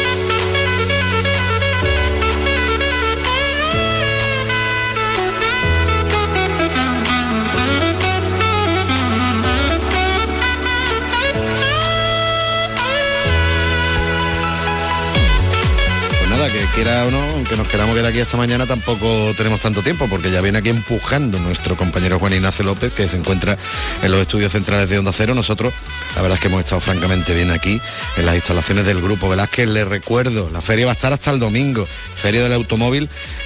Que quiera o no, aunque nos queramos quedar aquí esta mañana, tampoco tenemos tanto tiempo, porque ya viene aquí empujando nuestro compañero Juan Ignacio López, que se encuentra en los estudios centrales de Onda Cero. Nosotros, la verdad es que hemos estado francamente bien aquí, en las instalaciones del Grupo Velázquez. Les recuerdo, la feria va a estar hasta el domingo, Feria del Automóvil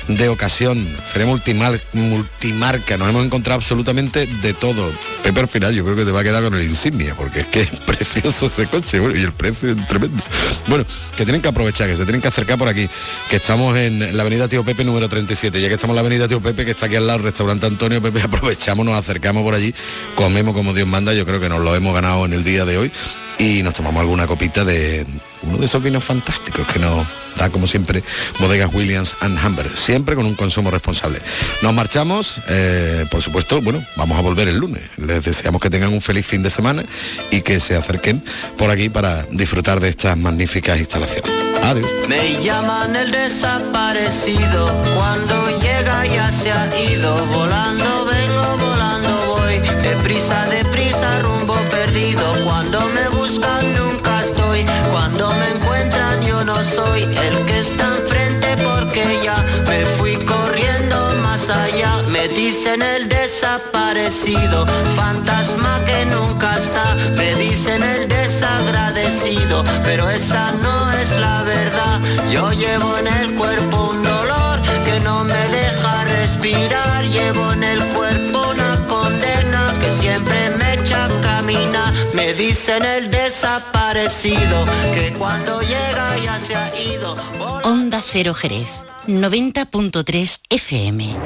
de ocasión, feria multimarca, nos hemos encontrado absolutamente de todo. Pepe, al final yo creo que te va a quedar con el Insignia, porque es que es precioso ese coche, bueno, y el precio es tremendo. Bueno, que tienen que aprovechar, que se tienen que acercar por aquí, que estamos en la avenida Tío Pepe número 37, ya que estamos en la avenida Tío Pepe, que está aquí al lado, restaurante Antonio Pepe, aprovechamos, nos acercamos por allí, comemos como Dios manda, yo creo que nos lo hemos ganado en el día de hoy, y nos tomamos alguna copita de uno de esos vinos fantásticos que nos da, como siempre, Bodegas Williams & Humber, siempre con un consumo responsable. Nos marchamos, por supuesto, bueno, vamos a volver el lunes. Les deseamos que tengan un feliz fin de semana y que se acerquen por aquí para disfrutar de estas magníficas instalaciones. Adiós. Me llaman el desaparecido, cuando llega ya se ha ido, volando vengo, volando voy, deprisa, deprisa, rumbo perdido, cuando me buscan nunca estoy, cuando me encuentran yo no soy el que está enfrente porque ya me fui corriendo más allá, me dicen el desaparecido, fantasma que nunca está, me dicen el desagradecido, pero esa no es la verdad, yo llevo en el cuerpo un dolor que no me deja respirar, llevo en el cuerpo una condena que siempre me echa a caminar, me dicen el desaparecido, que cuando llega ya se ha ido. Onda Cero Jerez, 90.3 FM.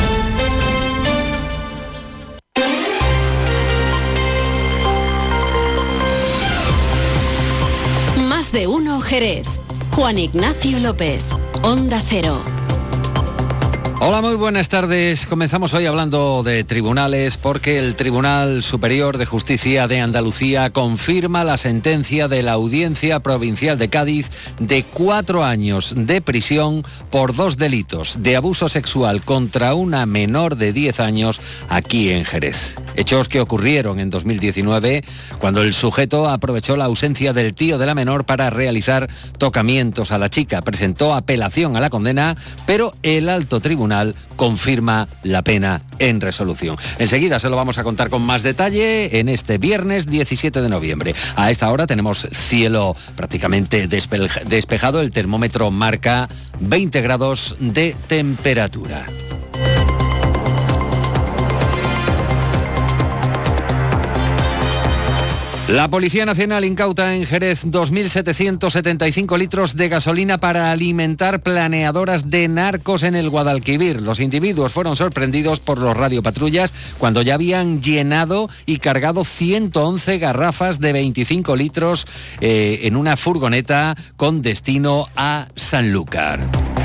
Más de uno Jerez. Juan Ignacio López, Onda Cero. Hola, muy buenas tardes. Comenzamos hoy hablando de tribunales porque el Tribunal Superior de Justicia de Andalucía confirma la sentencia de la Audiencia Provincial de Cádiz de 4 años de prisión por 2 delitos de abuso sexual contra una menor de 10 años aquí en Jerez. Hechos que ocurrieron en 2019 cuando el sujeto aprovechó la ausencia del tío de la menor para realizar tocamientos a la chica. Presentó apelación a la condena, pero el alto tribunal confirma la pena en resolución. Enseguida se lo vamos a contar con más detalle en este viernes 17 de noviembre. A esta hora tenemos cielo prácticamente despejado. El termómetro marca 20 grados de temperatura. La Policía Nacional incauta en Jerez 2.775 litros de gasolina para alimentar planeadoras de narcos en el Guadalquivir. Los individuos fueron sorprendidos por los radiopatrullas cuando ya habían llenado y cargado 111 garrafas de 25 litros en una furgoneta con destino a Sanlúcar.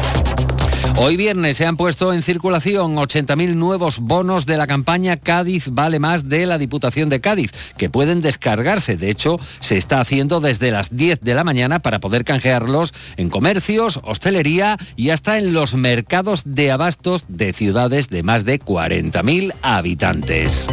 Hoy viernes se han puesto en circulación 80.000 nuevos bonos de la campaña Cádiz Vale Más de la Diputación de Cádiz, que pueden descargarse. De hecho, se está haciendo desde las 10 de la mañana para poder canjearlos en comercios, hostelería y hasta en los mercados de abastos de ciudades de más de 40.000 habitantes.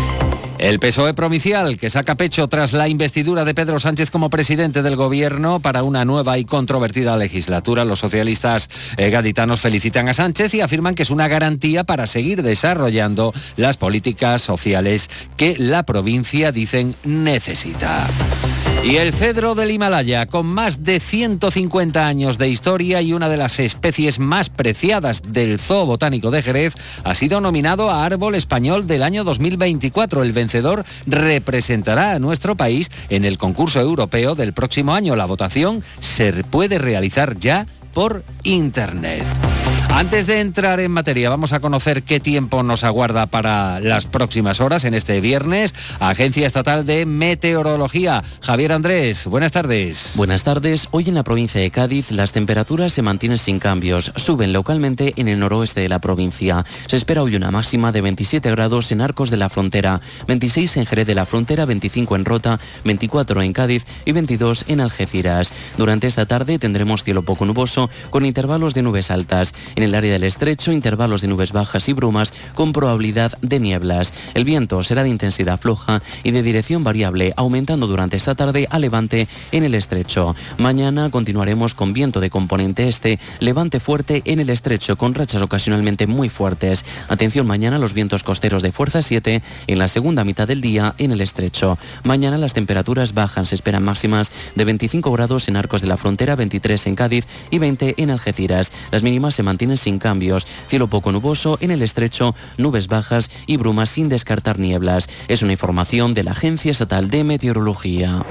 El PSOE provincial, que saca pecho tras la investidura de Pedro Sánchez como presidente del gobierno para una nueva y controvertida legislatura. Los socialistas gaditanos felicitan a Sánchez y afirman que es una garantía para seguir desarrollando las políticas sociales que la provincia, dicen, necesita. Y el cedro del Himalaya, con más de 150 años de historia y una de las especies más preciadas del Zoo Botánico de Jerez, ha sido nominado a Árbol Español del año 2024. El vencedor representará a nuestro país en el concurso europeo del próximo año. La votación se puede realizar ya por Internet. Antes de entrar en materia, vamos a conocer qué tiempo nos aguarda para las próximas horas en este viernes. Agencia Estatal de Meteorología. Javier Andrés, buenas tardes. Buenas tardes. Hoy en la provincia de Cádiz las temperaturas se mantienen sin cambios. Suben localmente en el noroeste de la provincia. Se espera hoy una máxima de 27 grados en Arcos de la Frontera, 26 en Jerez de la Frontera, 25 en Rota, 24 en Cádiz y 22 en Algeciras. Durante esta tarde tendremos cielo poco nuboso con intervalos de nubes altas. En el área del estrecho, intervalos de nubes bajas y brumas con probabilidad de nieblas. El viento será de intensidad floja y de dirección variable, aumentando durante esta tarde a levante en el estrecho. Mañana continuaremos con viento de componente este, levante fuerte en el estrecho, con rachas ocasionalmente muy fuertes. Atención mañana a los vientos costeros de fuerza 7 en la segunda mitad del día en el estrecho. Mañana las temperaturas bajan, se esperan máximas de 25 grados en Arcos de la Frontera, 23 en Cádiz y 20 en Algeciras. Las mínimas se mantienen mantienen sin cambios. Cielo poco nuboso en el estrecho, nubes bajas y brumas sin descartar nieblas. Es una información de la Agencia Estatal de Meteorología.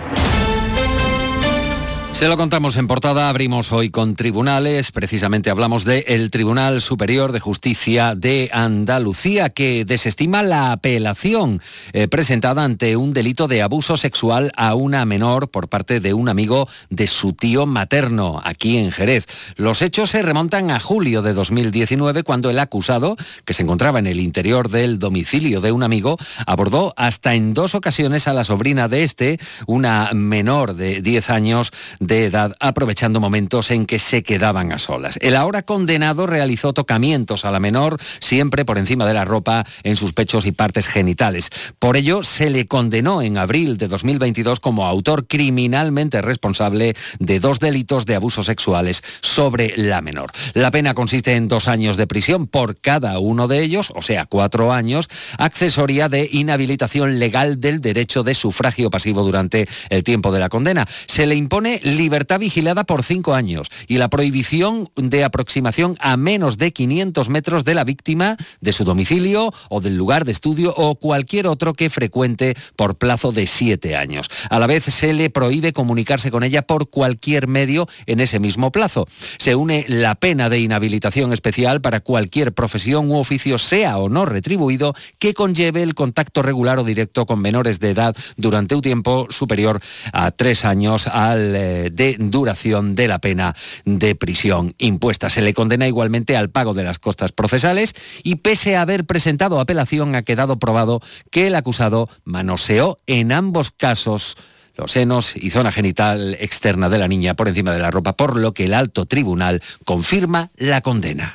Se lo contamos en portada, abrimos hoy con tribunales, precisamente hablamos del Tribunal Superior de Justicia de Andalucía, que desestima la apelación presentada ante un delito de abuso sexual a una menor por parte de un amigo de su tío materno, aquí en Jerez. Los hechos se remontan a julio de 2019, cuando el acusado, que se encontraba en el interior del domicilio de un amigo, abordó hasta en 2 ocasiones a la sobrina de este, una menor de 10 años de edad, aprovechando momentos en que se quedaban a solas. El ahora condenado realizó tocamientos a la menor, siempre por encima de la ropa, en sus pechos y partes genitales. Por ello, se le condenó en abril de 2022 como autor criminalmente responsable de 2 delitos de abusos sexuales sobre la menor. La pena consiste en 2 años de prisión por cada uno de ellos, o sea, 4 años, accesoria de inhabilitación legal del derecho de sufragio pasivo durante el tiempo de la condena. Se le impone libertad vigilada por 5 años y la prohibición de aproximación a menos de 500 metros de la víctima, de su domicilio o del lugar de estudio o cualquier otro que frecuente por plazo de 7 años. A la vez se le prohíbe comunicarse con ella por cualquier medio en ese mismo plazo. Se une la pena de inhabilitación especial para cualquier profesión u oficio, sea o no retribuido, que conlleve el contacto regular o directo con menores de edad durante un tiempo superior a 3 años de duración de la pena de prisión impuesta. Se le condena igualmente al pago de las costas procesales y, pese a haber presentado apelación, ha quedado probado que el acusado manoseó en ambos casos los senos y zona genital externa de la niña por encima de la ropa, por lo que el alto tribunal confirma la condena.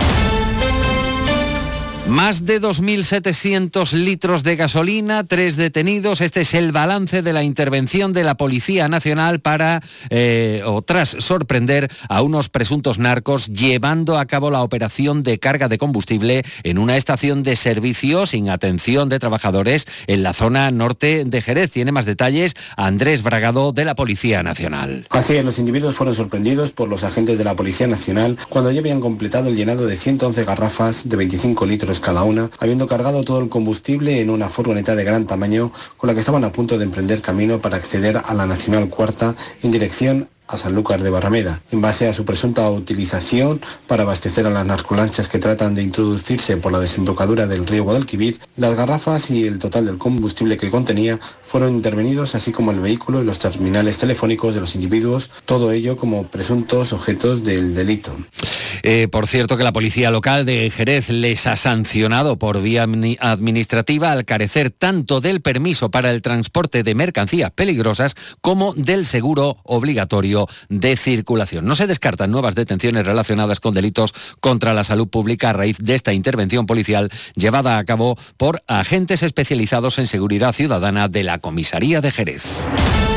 Más de 2.700 litros de gasolina, 3 detenidos. Este es el balance de la intervención de la Policía Nacional tras sorprender a unos presuntos narcos llevando a cabo la operación de carga de combustible en una estación de servicio sin atención de trabajadores en la zona norte de Jerez. Tiene más detalles Andrés Bragado, de la Policía Nacional. Así es, los individuos fueron sorprendidos por los agentes de la Policía Nacional cuando ya habían completado el llenado de 111 garrafas de 25 litros cada una, habiendo cargado todo el combustible en una furgoneta de gran tamaño con la que estaban a punto de emprender camino para acceder a la Nacional Cuarta en dirección a Sanlúcar de Barrameda, en base a su presunta utilización para abastecer a las narcolanchas que tratan de introducirse por la desembocadura del río Guadalquivir. Las garrafas y el total del combustible que contenía fueron intervenidos, así como el vehículo y los terminales telefónicos de los individuos, todo ello como presuntos objetos del delito. Por cierto, que la policía local de Jerez les ha sancionado por vía administrativa al carecer tanto del permiso para el transporte de mercancías peligrosas como del seguro obligatorio de circulación. No se descartan nuevas detenciones relacionadas con delitos contra la salud pública a raíz de esta intervención policial llevada a cabo por agentes especializados en seguridad ciudadana de la Comisaría de Jerez.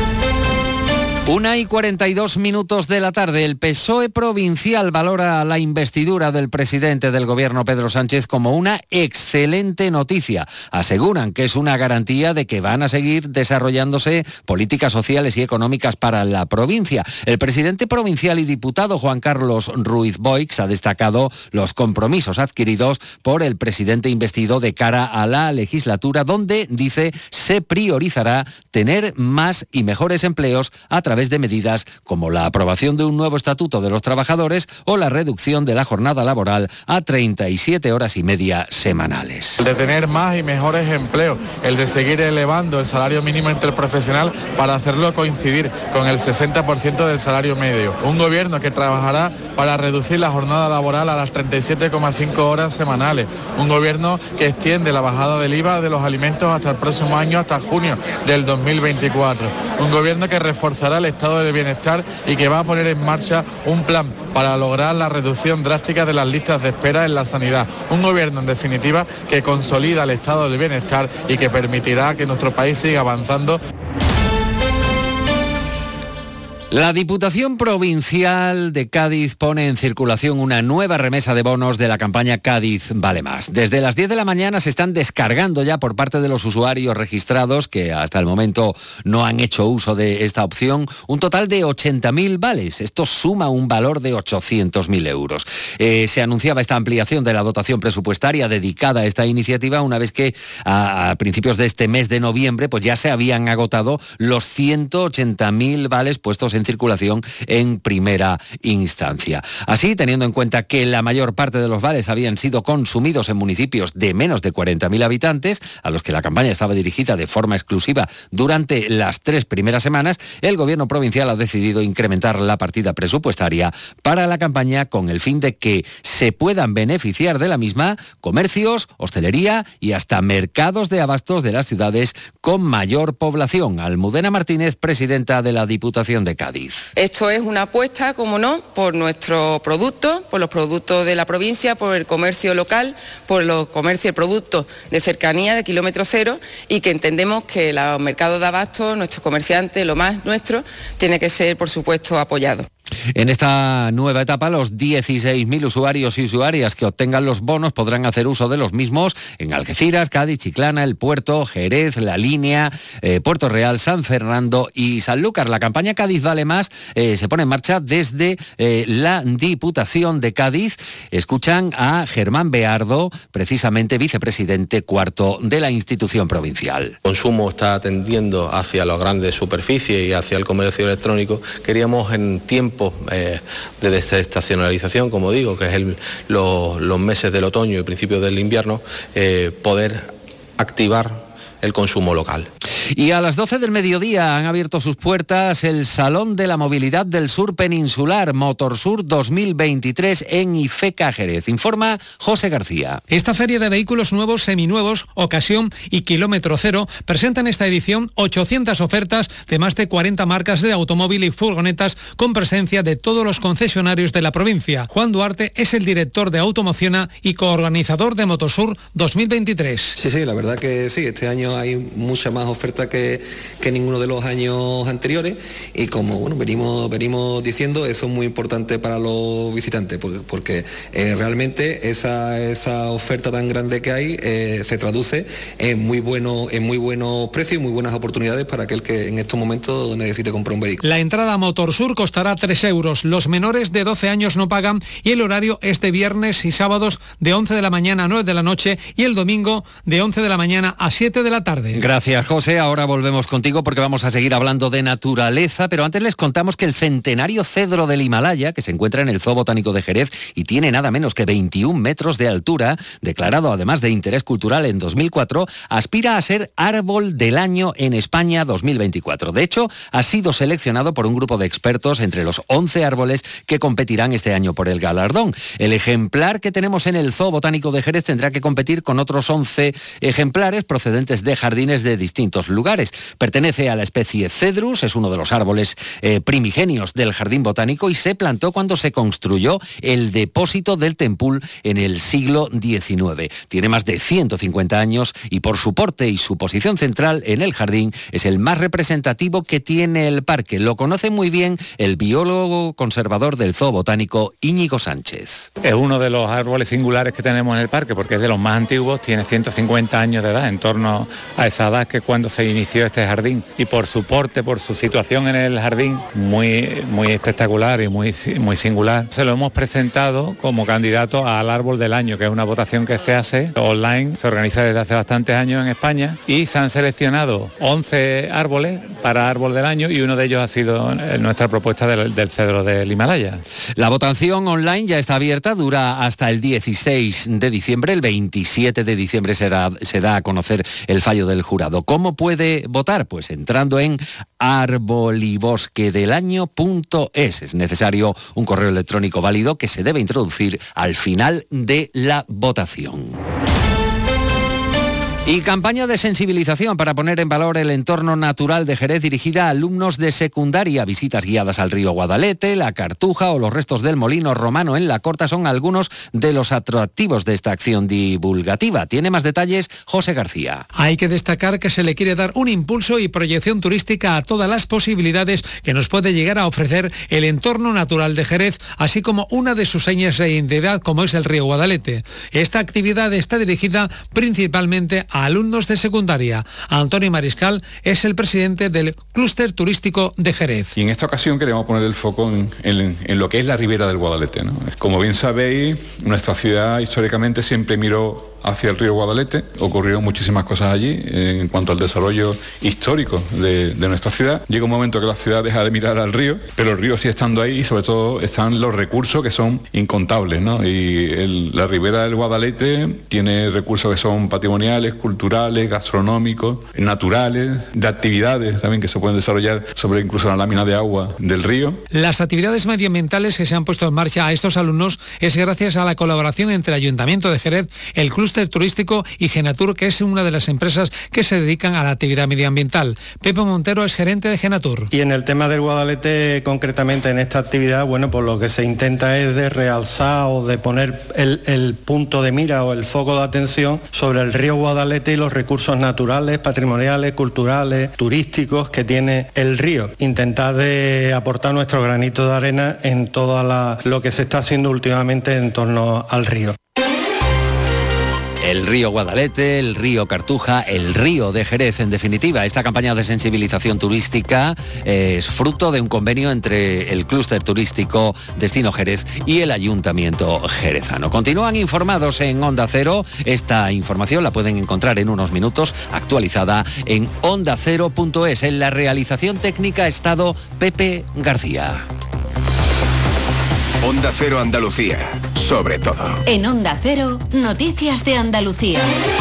1:42 de la tarde. El PSOE provincial valora la investidura del presidente del Gobierno, Pedro Sánchez, como una excelente noticia. Aseguran que es una garantía de que van a seguir desarrollándose políticas sociales y económicas para la provincia. El presidente provincial y diputado Juan Carlos Ruiz Boix ha destacado los compromisos adquiridos por el presidente investido de cara a la legislatura, donde, dice, se priorizará tener más y mejores empleos a través de medidas como la aprobación de un nuevo estatuto de los trabajadores o la reducción de la jornada laboral a 37 horas y media semanales. El de tener más y mejores empleos, el de seguir elevando el salario mínimo interprofesional para hacerlo coincidir con el 60% del salario medio. Un gobierno que trabajará para reducir la jornada laboral a las 37,5 horas semanales. Un gobierno que extiende la bajada del IVA de los alimentos hasta el próximo año, hasta junio del 2024. Un gobierno que reforzará el estado de bienestar y que va a poner en marcha un plan para lograr la reducción drástica de las listas de espera en la sanidad. Un gobierno, en definitiva, que consolida el estado de bienestar y que permitirá que nuestro país siga avanzando. La Diputación Provincial de Cádiz pone en circulación una nueva remesa de bonos de la campaña Cádiz Vale Más. Desde las 10 de la mañana se están descargando ya por parte de los usuarios registrados que hasta el momento no han hecho uso de esta opción un total de 80.000 vales. Esto suma un valor de 800.000 euros. Se anunciaba esta ampliación de la dotación presupuestaria dedicada a esta iniciativa una vez que a principios de este mes de noviembre pues ya se habían agotado los 180.000 vales puestos en circulación en primera instancia. Así, teniendo en cuenta que la mayor parte de los vales habían sido consumidos en municipios de menos de 40.000 habitantes, a los que la campaña estaba dirigida de forma exclusiva durante las 3 primeras semanas, el Gobierno provincial ha decidido incrementar la partida presupuestaria para la campaña con el fin de que se puedan beneficiar de la misma comercios, hostelería y hasta mercados de abastos de las ciudades con mayor población. Almudena Martínez, presidenta de la Diputación de Cádiz. Esto es una apuesta, como no, por nuestros productos, por los productos de la provincia, por el comercio local, por los comercios y productos de cercanía, de kilómetro cero, y que entendemos que los mercados de abasto, nuestros comerciantes, lo más nuestro, tiene que ser, por supuesto, apoyado. En esta nueva etapa, los 16.000 usuarios y usuarias que obtengan los bonos podrán hacer uso de los mismos en Algeciras, Cádiz, Chiclana, El Puerto, Jerez, La Línea, Puerto Real, San Fernando y Sanlúcar. La campaña Cádiz Vale Más se pone en marcha desde la Diputación de Cádiz. Escuchan a Germán Beardo, precisamente vicepresidente cuarto de la institución provincial. El consumo está tendiendo hacia las grandes superficies y hacia el comercio electrónico. Queríamos en tiempo de desestacionalización, como digo, que es los meses del otoño y principios del invierno, poder activar el consumo local. Y a las 12 del mediodía han abierto sus puertas el Salón de la Movilidad del Sur Peninsular, Motorsur 2023 en Ifeca, Jerez. Informa José García. Esta feria de vehículos nuevos, seminuevos, ocasión y kilómetro cero presenta en esta edición 800 ofertas de más de 40 marcas de automóvil y furgonetas con presencia de todos los concesionarios de la provincia. Juan Duarte es el director de Automociona y coorganizador de Motorsur 2023. Sí, la verdad que sí, este año hay mucha más oferta que ninguno de los años anteriores y como venimos diciendo, eso es muy importante para los visitantes porque realmente esa oferta tan grande que hay se traduce en muy buenos precios y muy buenas oportunidades para aquel que en estos momentos necesite comprar un vehículo. La entrada a Motorsur costará 3 euros, los menores de 12 años no pagan y el horario es de viernes y sábados de 11 de la mañana a 9 de la noche y el domingo de 11 de la mañana a 7 de la tarde. Gracias, José. Ahora volvemos contigo porque vamos a seguir hablando de naturaleza, pero antes les contamos que el centenario cedro del Himalaya, que se encuentra en el Zoo Botánico de Jerez y tiene nada menos que 21 metros de altura, declarado además de interés cultural en 2004, aspira a ser Árbol del Año en España 2024. De hecho, ha sido seleccionado por un grupo de expertos entre los 11 árboles que competirán este año por el galardón. El ejemplar que tenemos en el Zoo Botánico de Jerez tendrá que competir con otros 11 ejemplares procedentes de jardines de distintos lugares. Pertenece a la especie Cedrus, es uno de los árboles primigenios del Jardín Botánico y se plantó cuando se construyó el depósito del Tempul en el siglo XIX. Tiene más de 150 años y por su porte y su posición central en el jardín es el más representativo que tiene el parque. Lo conoce muy bien el biólogo conservador del Zoo Botánico, Íñigo Sánchez. Es uno de los árboles singulares que tenemos en el parque porque es de los más antiguos, tiene 150 años de edad, en torno a esa edad que cuando se inició este jardín, y por su porte, por su situación en el jardín, muy espectacular y muy singular. Se lo hemos presentado como candidato al Árbol del Año, que es una votación que se hace online, se organiza desde hace bastantes años en España y se han seleccionado 11 árboles para Árbol del Año y uno de ellos ha sido nuestra propuesta del cedro del Himalaya. La votación online ya está abierta, dura hasta el 16 de diciembre, el 27 de diciembre se da a conocer el fallo del jurado. ¿Cómo puede votar? Pues entrando en arbolibosquedelaño.es. Es necesario un correo electrónico válido que se debe introducir al final de la votación. Y campaña de sensibilización para poner en valor el entorno natural de Jerez dirigida a alumnos de secundaria. Visitas guiadas al río Guadalete, la Cartuja o los restos del molino romano en La Corta son algunos de los atractivos de esta acción divulgativa. Tiene más detalles José García. Hay que destacar que se le quiere dar un impulso y proyección turística a todas las posibilidades que nos puede llegar a ofrecer el entorno natural de Jerez, así como una de sus señas de identidad como es el río Guadalete. Esta actividad está dirigida principalmente a alumnos de secundaria. Antonio Mariscal es el presidente del Clúster Turístico de Jerez. Y en esta ocasión queremos poner el foco en lo que es la ribera del Guadalete, ¿no? Como bien sabéis, nuestra ciudad históricamente siempre miró hacia el río Guadalete. Ocurrieron muchísimas cosas allí en cuanto al desarrollo histórico de nuestra ciudad. Llega un momento que la ciudad deja de mirar al río, pero el río sigue estando ahí y sobre todo están los recursos que son incontables, ¿no? Y la ribera del Guadalete tiene recursos que son patrimoniales, culturales, gastronómicos, naturales, de actividades también que se pueden desarrollar sobre incluso la lámina de agua del río. Las actividades medioambientales que se han puesto en marcha a estos alumnos es gracias a la colaboración entre el Ayuntamiento de Jerez, el Clúster Turístico y Genatur, que es una de las empresas que se dedican a la actividad medioambiental. Pepe Montero es gerente de Genatur. Y en el tema del Guadalete, concretamente en esta actividad, bueno, pues lo que se intenta es de realzar o de poner el punto de mira o el foco de atención sobre el río Guadalete y los recursos naturales, patrimoniales, culturales, turísticos que tiene el río. Intentar de aportar nuestro granito de arena en todo lo que se está haciendo últimamente en torno al río. El río Guadalete, el río Cartuja, el río de Jerez, en definitiva. Esta campaña de sensibilización turística es fruto de un convenio entre el Clúster Turístico Destino Jerez y el Ayuntamiento jerezano. Continúan informados en Onda Cero. Esta información la pueden encontrar en unos minutos, actualizada en ondacero.es. En la realización técnica ha estado Pepe García. Onda Cero Andalucía, sobre todo. En Onda Cero, noticias de Andalucía.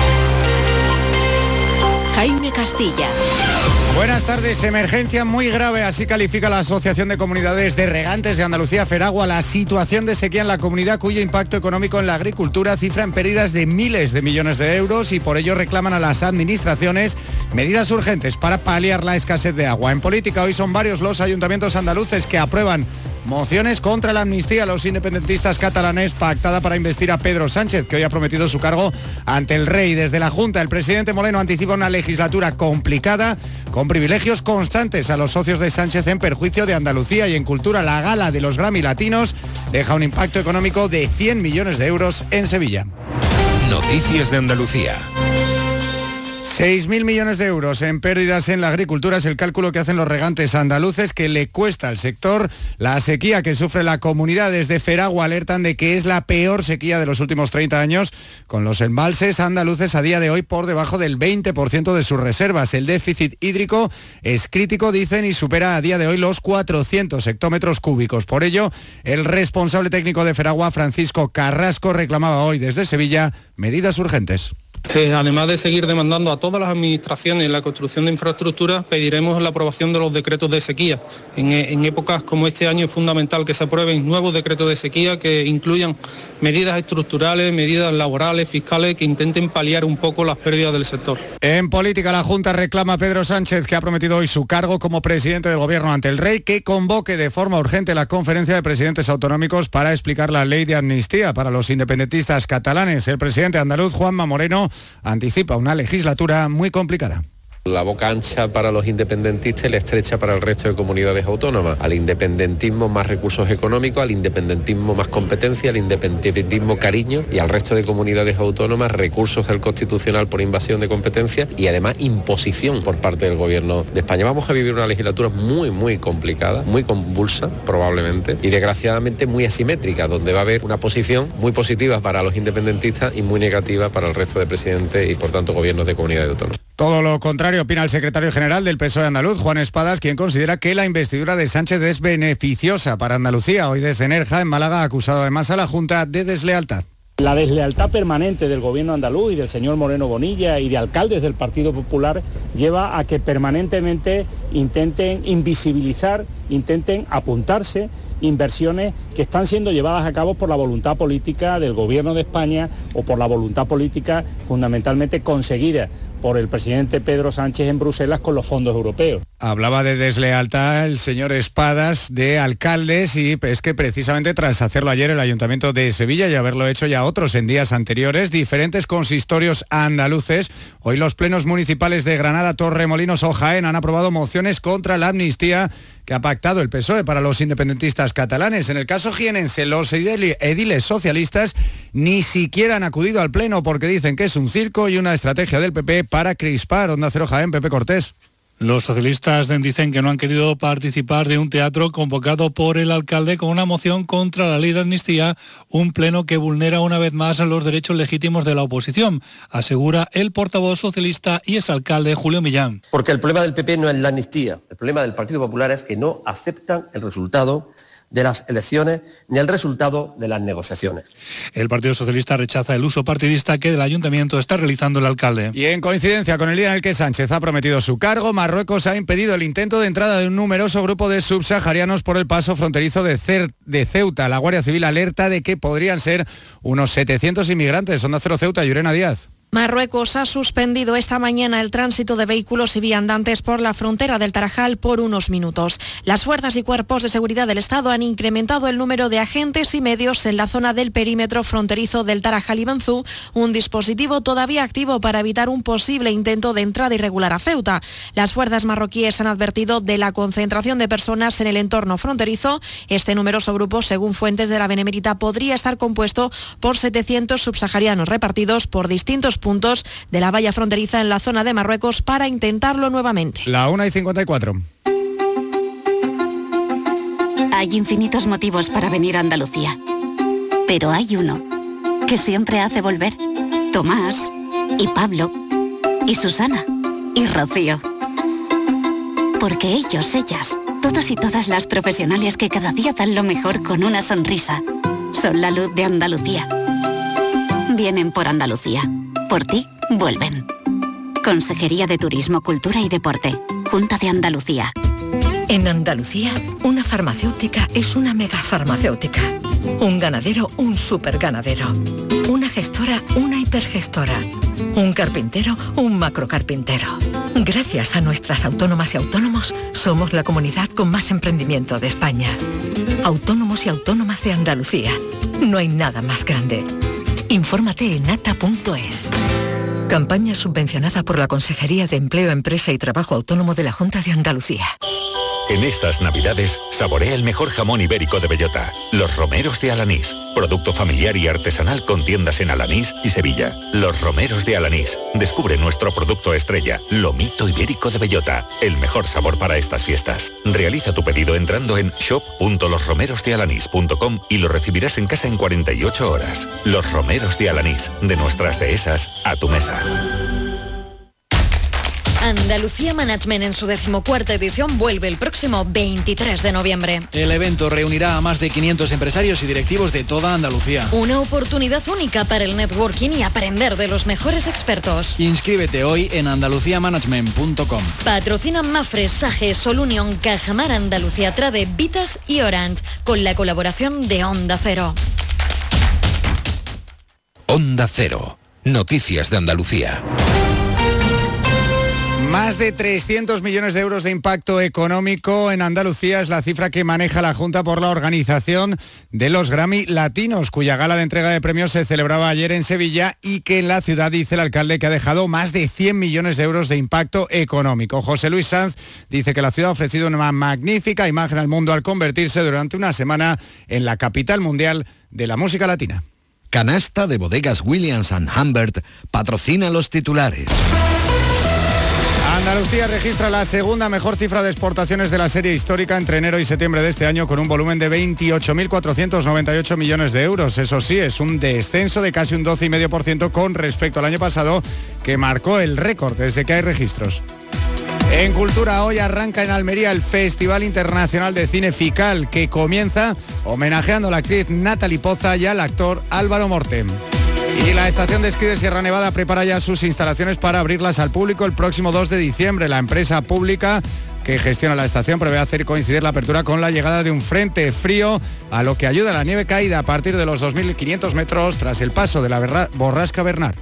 Jaime Castilla. Buenas tardes. Emergencia muy grave, así califica la Asociación de Comunidades de Regantes de Andalucía, Feragua, la situación de sequía en la comunidad, cuyo impacto económico en la agricultura cifra en pérdidas de miles de millones de euros, y por ello reclaman a las administraciones medidas urgentes para paliar la escasez de agua. En política, hoy son varios los ayuntamientos andaluces que aprueban mociones contra la amnistía a los independentistas catalanes pactada para investir a Pedro Sánchez, que hoy ha prometido su cargo ante el rey. Desde la Junta, el presidente Moreno anticipa una legislatura complicada, con privilegios constantes a los socios de Sánchez en perjuicio de Andalucía. Y en cultura, la gala de los Grammy Latinos deja un impacto económico de 100 millones de euros en Sevilla. Noticias de Andalucía. 6.000 millones de euros en pérdidas en la agricultura es el cálculo que hacen los regantes andaluces, que le cuesta al sector la sequía que sufre la comunidad. Desde Feragua alertan de que es la peor sequía de los últimos 30 años, con los embalses andaluces a día de hoy por debajo del 20% de sus reservas. El déficit hídrico es crítico, dicen, y supera a día de hoy los 400 hectómetros cúbicos. Por ello, el responsable técnico de Feragua, Francisco Carrasco, reclamaba hoy desde Sevilla medidas urgentes. Además de seguir demandando a todas las administraciones la construcción de infraestructuras, pediremos la aprobación de los decretos de sequía. En épocas como este año es fundamental que se aprueben nuevos decretos de sequía que incluyan medidas estructurales, medidas laborales, fiscales, que intenten paliar un poco las pérdidas del sector. En política, la Junta reclama a Pedro Sánchez, que ha prometido hoy su cargo como presidente del Gobierno ante el rey, que convoque de forma urgente la conferencia de presidentes autonómicos para explicar la ley de amnistía para los independentistas catalanes. El presidente andaluz, Juanma Moreno, anticipa una legislatura muy complicada. La boca ancha para los independentistas y la estrecha para el resto de comunidades autónomas. Al independentismo más recursos económicos, al independentismo más competencia, al independentismo cariño, y al resto de comunidades autónomas recursos del Constitucional por invasión de competencia y además imposición por parte del Gobierno de España. Vamos a vivir una legislatura muy complicada, muy convulsa probablemente, y desgraciadamente muy asimétrica, donde va a haber una posición muy positiva para los independentistas y muy negativa para el resto de presidentes y por tanto gobiernos de comunidades autónomas. Todo lo contrario opina el secretario general del PSOE andaluz, Juan Espadas, quien considera que la investidura de Sánchez es beneficiosa para Andalucía. Hoy desde Nerja, en Málaga, ha acusado además a la Junta de deslealtad. La deslealtad permanente del gobierno andaluz y del señor Moreno Bonilla y de alcaldes del Partido Popular lleva a que permanentemente intenten invisibilizar, intenten apuntarse inversiones que están siendo llevadas a cabo por la voluntad política del gobierno de España o por la voluntad política fundamentalmente conseguida por el presidente Pedro Sánchez en Bruselas con los fondos europeos. Hablaba de deslealtad el señor Espadas de alcaldes y es que precisamente tras hacerlo ayer el Ayuntamiento de Sevilla y haberlo hecho ya otros en días anteriores, diferentes consistorios andaluces, hoy los plenos municipales de Granada, Torremolinos o Jaén han aprobado mociones contra la amnistía que ha pactado el PSOE para los independentistas catalanes. En el caso jienense, los ediles socialistas ni siquiera han acudido al pleno porque dicen que es un circo y una estrategia del PP para crispar. Onda Cero Jaén, Pepe Cortés. Los socialistas dicen que no han querido participar de un teatro convocado por el alcalde con una moción contra la ley de amnistía, un pleno que vulnera una vez más los derechos legítimos de la oposición, asegura el portavoz socialista y exalcalde Julio Millán. Porque el problema del PP no es la amnistía, el problema del Partido Popular es que no aceptan el resultado de las elecciones ni el resultado de las negociaciones. El Partido Socialista rechaza el uso partidista que del Ayuntamiento está realizando el alcalde. Y en coincidencia con el día en el que Sánchez ha prometido su cargo, Marruecos ha impedido el intento de entrada de un numeroso grupo de subsaharianos por el paso fronterizo de Ceuta. La Guardia Civil alerta de que podrían ser unos 700 inmigrantes. Onda Cero Ceuta, Llurena Díaz. Marruecos ha suspendido esta mañana el tránsito de vehículos y viandantes por la frontera del Tarajal por unos minutos. Las fuerzas y cuerpos de seguridad del Estado han incrementado el número de agentes y medios en la zona del perímetro fronterizo del Tarajal y Banzú, un dispositivo todavía activo para evitar un posible intento de entrada irregular a Ceuta. Las fuerzas marroquíes han advertido de la concentración de personas en el entorno fronterizo. Este numeroso grupo, según fuentes de la Benemérita, podría estar compuesto por 700 subsaharianos repartidos por distintos puntos de la valla fronteriza en la zona de Marruecos para intentarlo nuevamente. La 1:54. Hay infinitos motivos para venir a Andalucía, pero hay uno que siempre hace volver. Tomás, y Pablo, y Susana, y Rocío. Porque ellos, ellas, todos y todas las profesionales que cada día dan lo mejor con una sonrisa, son la luz de Andalucía. Vienen por Andalucía. Por ti, vuelven. Consejería de Turismo, Cultura y Deporte. Junta de Andalucía. En Andalucía, una farmacéutica es una megafarmacéutica. Un ganadero, un superganadero. Una gestora, una hipergestora. Un carpintero, un macrocarpintero. Gracias a nuestras autónomas y autónomos, somos la comunidad con más emprendimiento de España. Autónomos y autónomas de Andalucía. No hay nada más grande. Infórmate en ata.es. Campaña subvencionada por la Consejería de Empleo, Empresa y Trabajo Autónomo de la Junta de Andalucía. En estas Navidades, saborea el mejor jamón ibérico de bellota, Los Romeros de Alanís. Producto familiar y artesanal con tiendas en Alanís y Sevilla. Los Romeros de Alanís. Descubre nuestro producto estrella, Lomito Ibérico de Bellota. El mejor sabor para estas fiestas. Realiza tu pedido entrando en shop.losromerosdealanís.com y lo recibirás en casa en 48 horas. Los Romeros de Alanís. De nuestras dehesas a tu mesa. Andalucía Management en su 14ª edición vuelve el próximo 23 de noviembre. El evento reunirá a más de 500 empresarios y directivos de toda Andalucía. Una oportunidad única para el networking y aprender de los mejores expertos. Inscríbete hoy en andaluciamanagement.com. Patrocinan Mafre, Sage, Solunion, Cajamar, Andalucía Trade, Vitas y Orange, con la colaboración de Onda Cero. Onda Cero. Noticias de Andalucía. Más de 300 millones de euros de impacto económico en Andalucía es la cifra que maneja la Junta por la organización de los Grammy Latinos, cuya gala de entrega de premios se celebraba ayer en Sevilla y que en la ciudad dice el alcalde que ha dejado más de 100 millones de euros de impacto económico. José Luis Sanz dice que la ciudad ha ofrecido una magnífica imagen al mundo al convertirse durante una semana en la capital mundial de la música latina. Canasta de Bodegas Williams & Humbert patrocina los titulares. Andalucía registra la segunda mejor cifra de exportaciones de la serie histórica entre enero y septiembre de este año, con un volumen de 28.498 millones de euros. Eso sí, es un descenso de casi un 12,5% con respecto al año pasado, que marcó el récord desde que hay registros. En Cultura hoy arranca en Almería el Festival Internacional de Cine FICAL, que comienza homenajeando a la actriz Natalie Poza y al actor Álvaro Mortem. Y la estación de esquí de Sierra Nevada prepara ya sus instalaciones para abrirlas al público el próximo 2 de diciembre. La empresa pública que gestiona la estación prevé hacer coincidir la apertura con la llegada de un frente frío, a lo que ayuda la nieve caída a partir de los 2.500 metros tras el paso de la borrasca Bernard.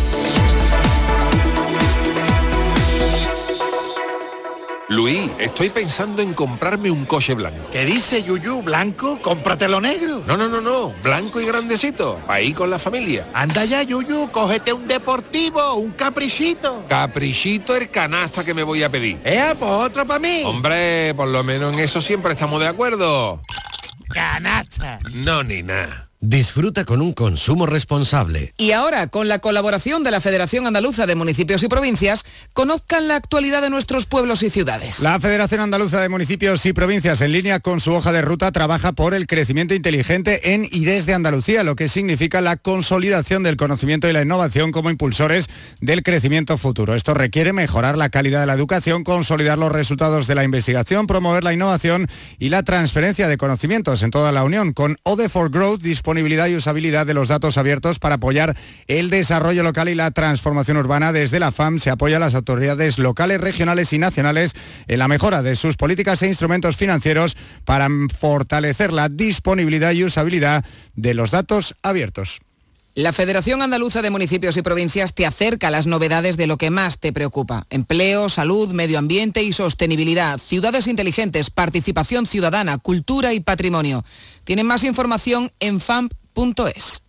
Luis, estoy pensando en comprarme un coche blanco. ¿Qué dice Yuyu? ¿Blanco? ¡Cómpratelo negro! No, blanco y grandecito, para ir con la familia. Anda ya, Yuyu, cógete un deportivo, un caprichito. Caprichito el canasta que me voy a pedir. Pues otro para mí. Hombre, por lo menos en eso siempre estamos de acuerdo. Canasta. No, ni nada. Disfruta con un consumo responsable. Y ahora, con la colaboración de la Federación Andaluza de Municipios y Provincias, conozcan la actualidad de nuestros pueblos y ciudades. La Federación Andaluza de Municipios y Provincias, en línea con su hoja de ruta, trabaja por el crecimiento inteligente en y desde Andalucía, lo que significa la consolidación del conocimiento y la innovación como impulsores del crecimiento futuro. Esto requiere mejorar la calidad de la educación, consolidar los resultados de la investigación, promover la innovación y la transferencia de conocimientos en toda la Unión, con ODE for Growth, disponibilidad y usabilidad de los datos abiertos para apoyar el desarrollo local y la transformación urbana. Desde la FAM se apoya a las autoridades locales, regionales y nacionales en la mejora de sus políticas e instrumentos financieros para fortalecer la disponibilidad y usabilidad de los datos abiertos. La Federación Andaluza de Municipios y Provincias te acerca a las novedades de lo que más te preocupa: empleo, salud, medio ambiente y sostenibilidad, ciudades inteligentes, participación ciudadana, cultura y patrimonio. Tienen más información en famp.es.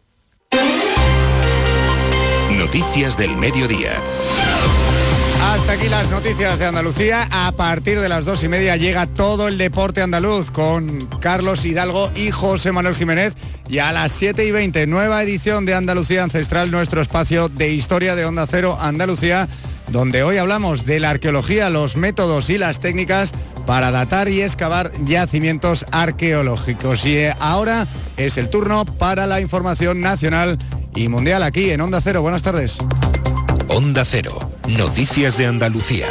Noticias del mediodía. Hasta aquí las noticias de Andalucía. A partir de las 2:30 llega todo el deporte andaluz con Carlos Hidalgo y José Manuel Jiménez. Y a las 7:20, nueva edición de Andalucía Ancestral, nuestro espacio de historia de Onda Cero Andalucía, donde hoy hablamos de la arqueología, los métodos y las técnicas para datar y excavar yacimientos arqueológicos. Y ahora es el turno para la información nacional y mundial aquí en Onda Cero. Buenas tardes. Onda Cero, noticias de Andalucía.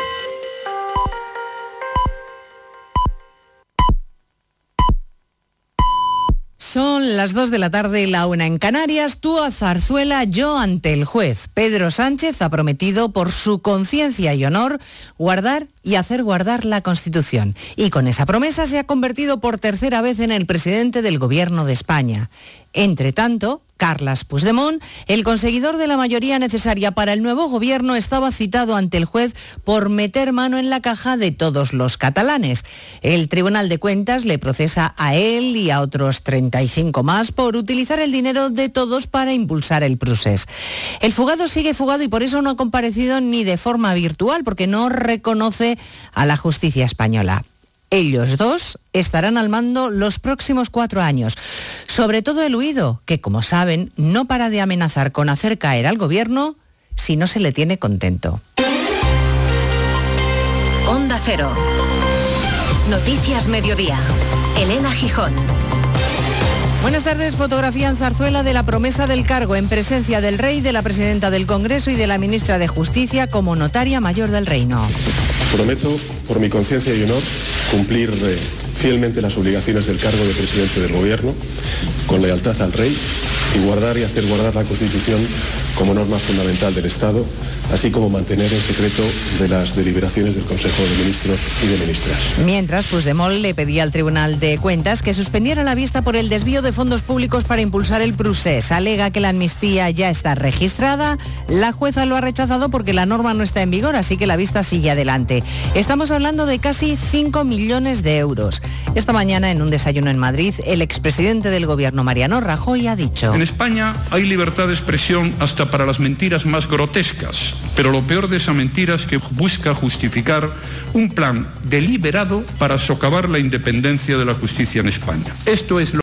Son las 2 de la tarde, la 1 en Canarias. Tú a Zarzuela, yo ante el juez. Pedro Sánchez ha prometido, por su conciencia y honor, guardar y hacer guardar la Constitución. Y con esa promesa se ha convertido por tercera vez en el presidente del Gobierno de España. Entre tanto, Carles Puigdemont, el conseguidor de la mayoría necesaria para el nuevo gobierno, estaba citado ante el juez por meter mano en la caja de todos los catalanes. El Tribunal de Cuentas le procesa a él y a otros 35 más por utilizar el dinero de todos para impulsar el procés. El fugado sigue fugado y por eso no ha comparecido ni de forma virtual, porque no reconoce a la justicia española. Ellos dos estarán al mando los próximos 4 años. Sobre todo el huido, que como saben, no para de amenazar con hacer caer al gobierno si no se le tiene contento. Onda Cero. Noticias Mediodía. Elena Gijón. Buenas tardes. Fotografía en Zarzuela de la promesa del cargo en presencia del rey, de la presidenta del Congreso y de la ministra de Justicia como notaria mayor del reino. Prometo, por mi conciencia y honor, cumplir fielmente las obligaciones del cargo de presidente del Gobierno, con lealtad al rey, y guardar y hacer guardar la Constitución como norma fundamental del Estado, así como mantener el secreto de las deliberaciones del Consejo de Ministros y de Ministras. Mientras, Puigdemont le pedía al Tribunal de Cuentas que suspendiera la vista por el desvío de fondos públicos para impulsar el procés. Alega que la amnistía ya está registrada. La jueza lo ha rechazado porque la norma no está en vigor, así que la vista sigue adelante. Estamos hablando de casi 5 millones de euros. Esta mañana, en un desayuno en Madrid, el expresidente del Gobierno, Mariano Rajoy, ha dicho: en España hay libertad de expresión hasta para las mentiras más grotescas, pero lo peor de esa mentira es que busca justificar un plan deliberado para socavar la independencia de la justicia en España. Esto es lo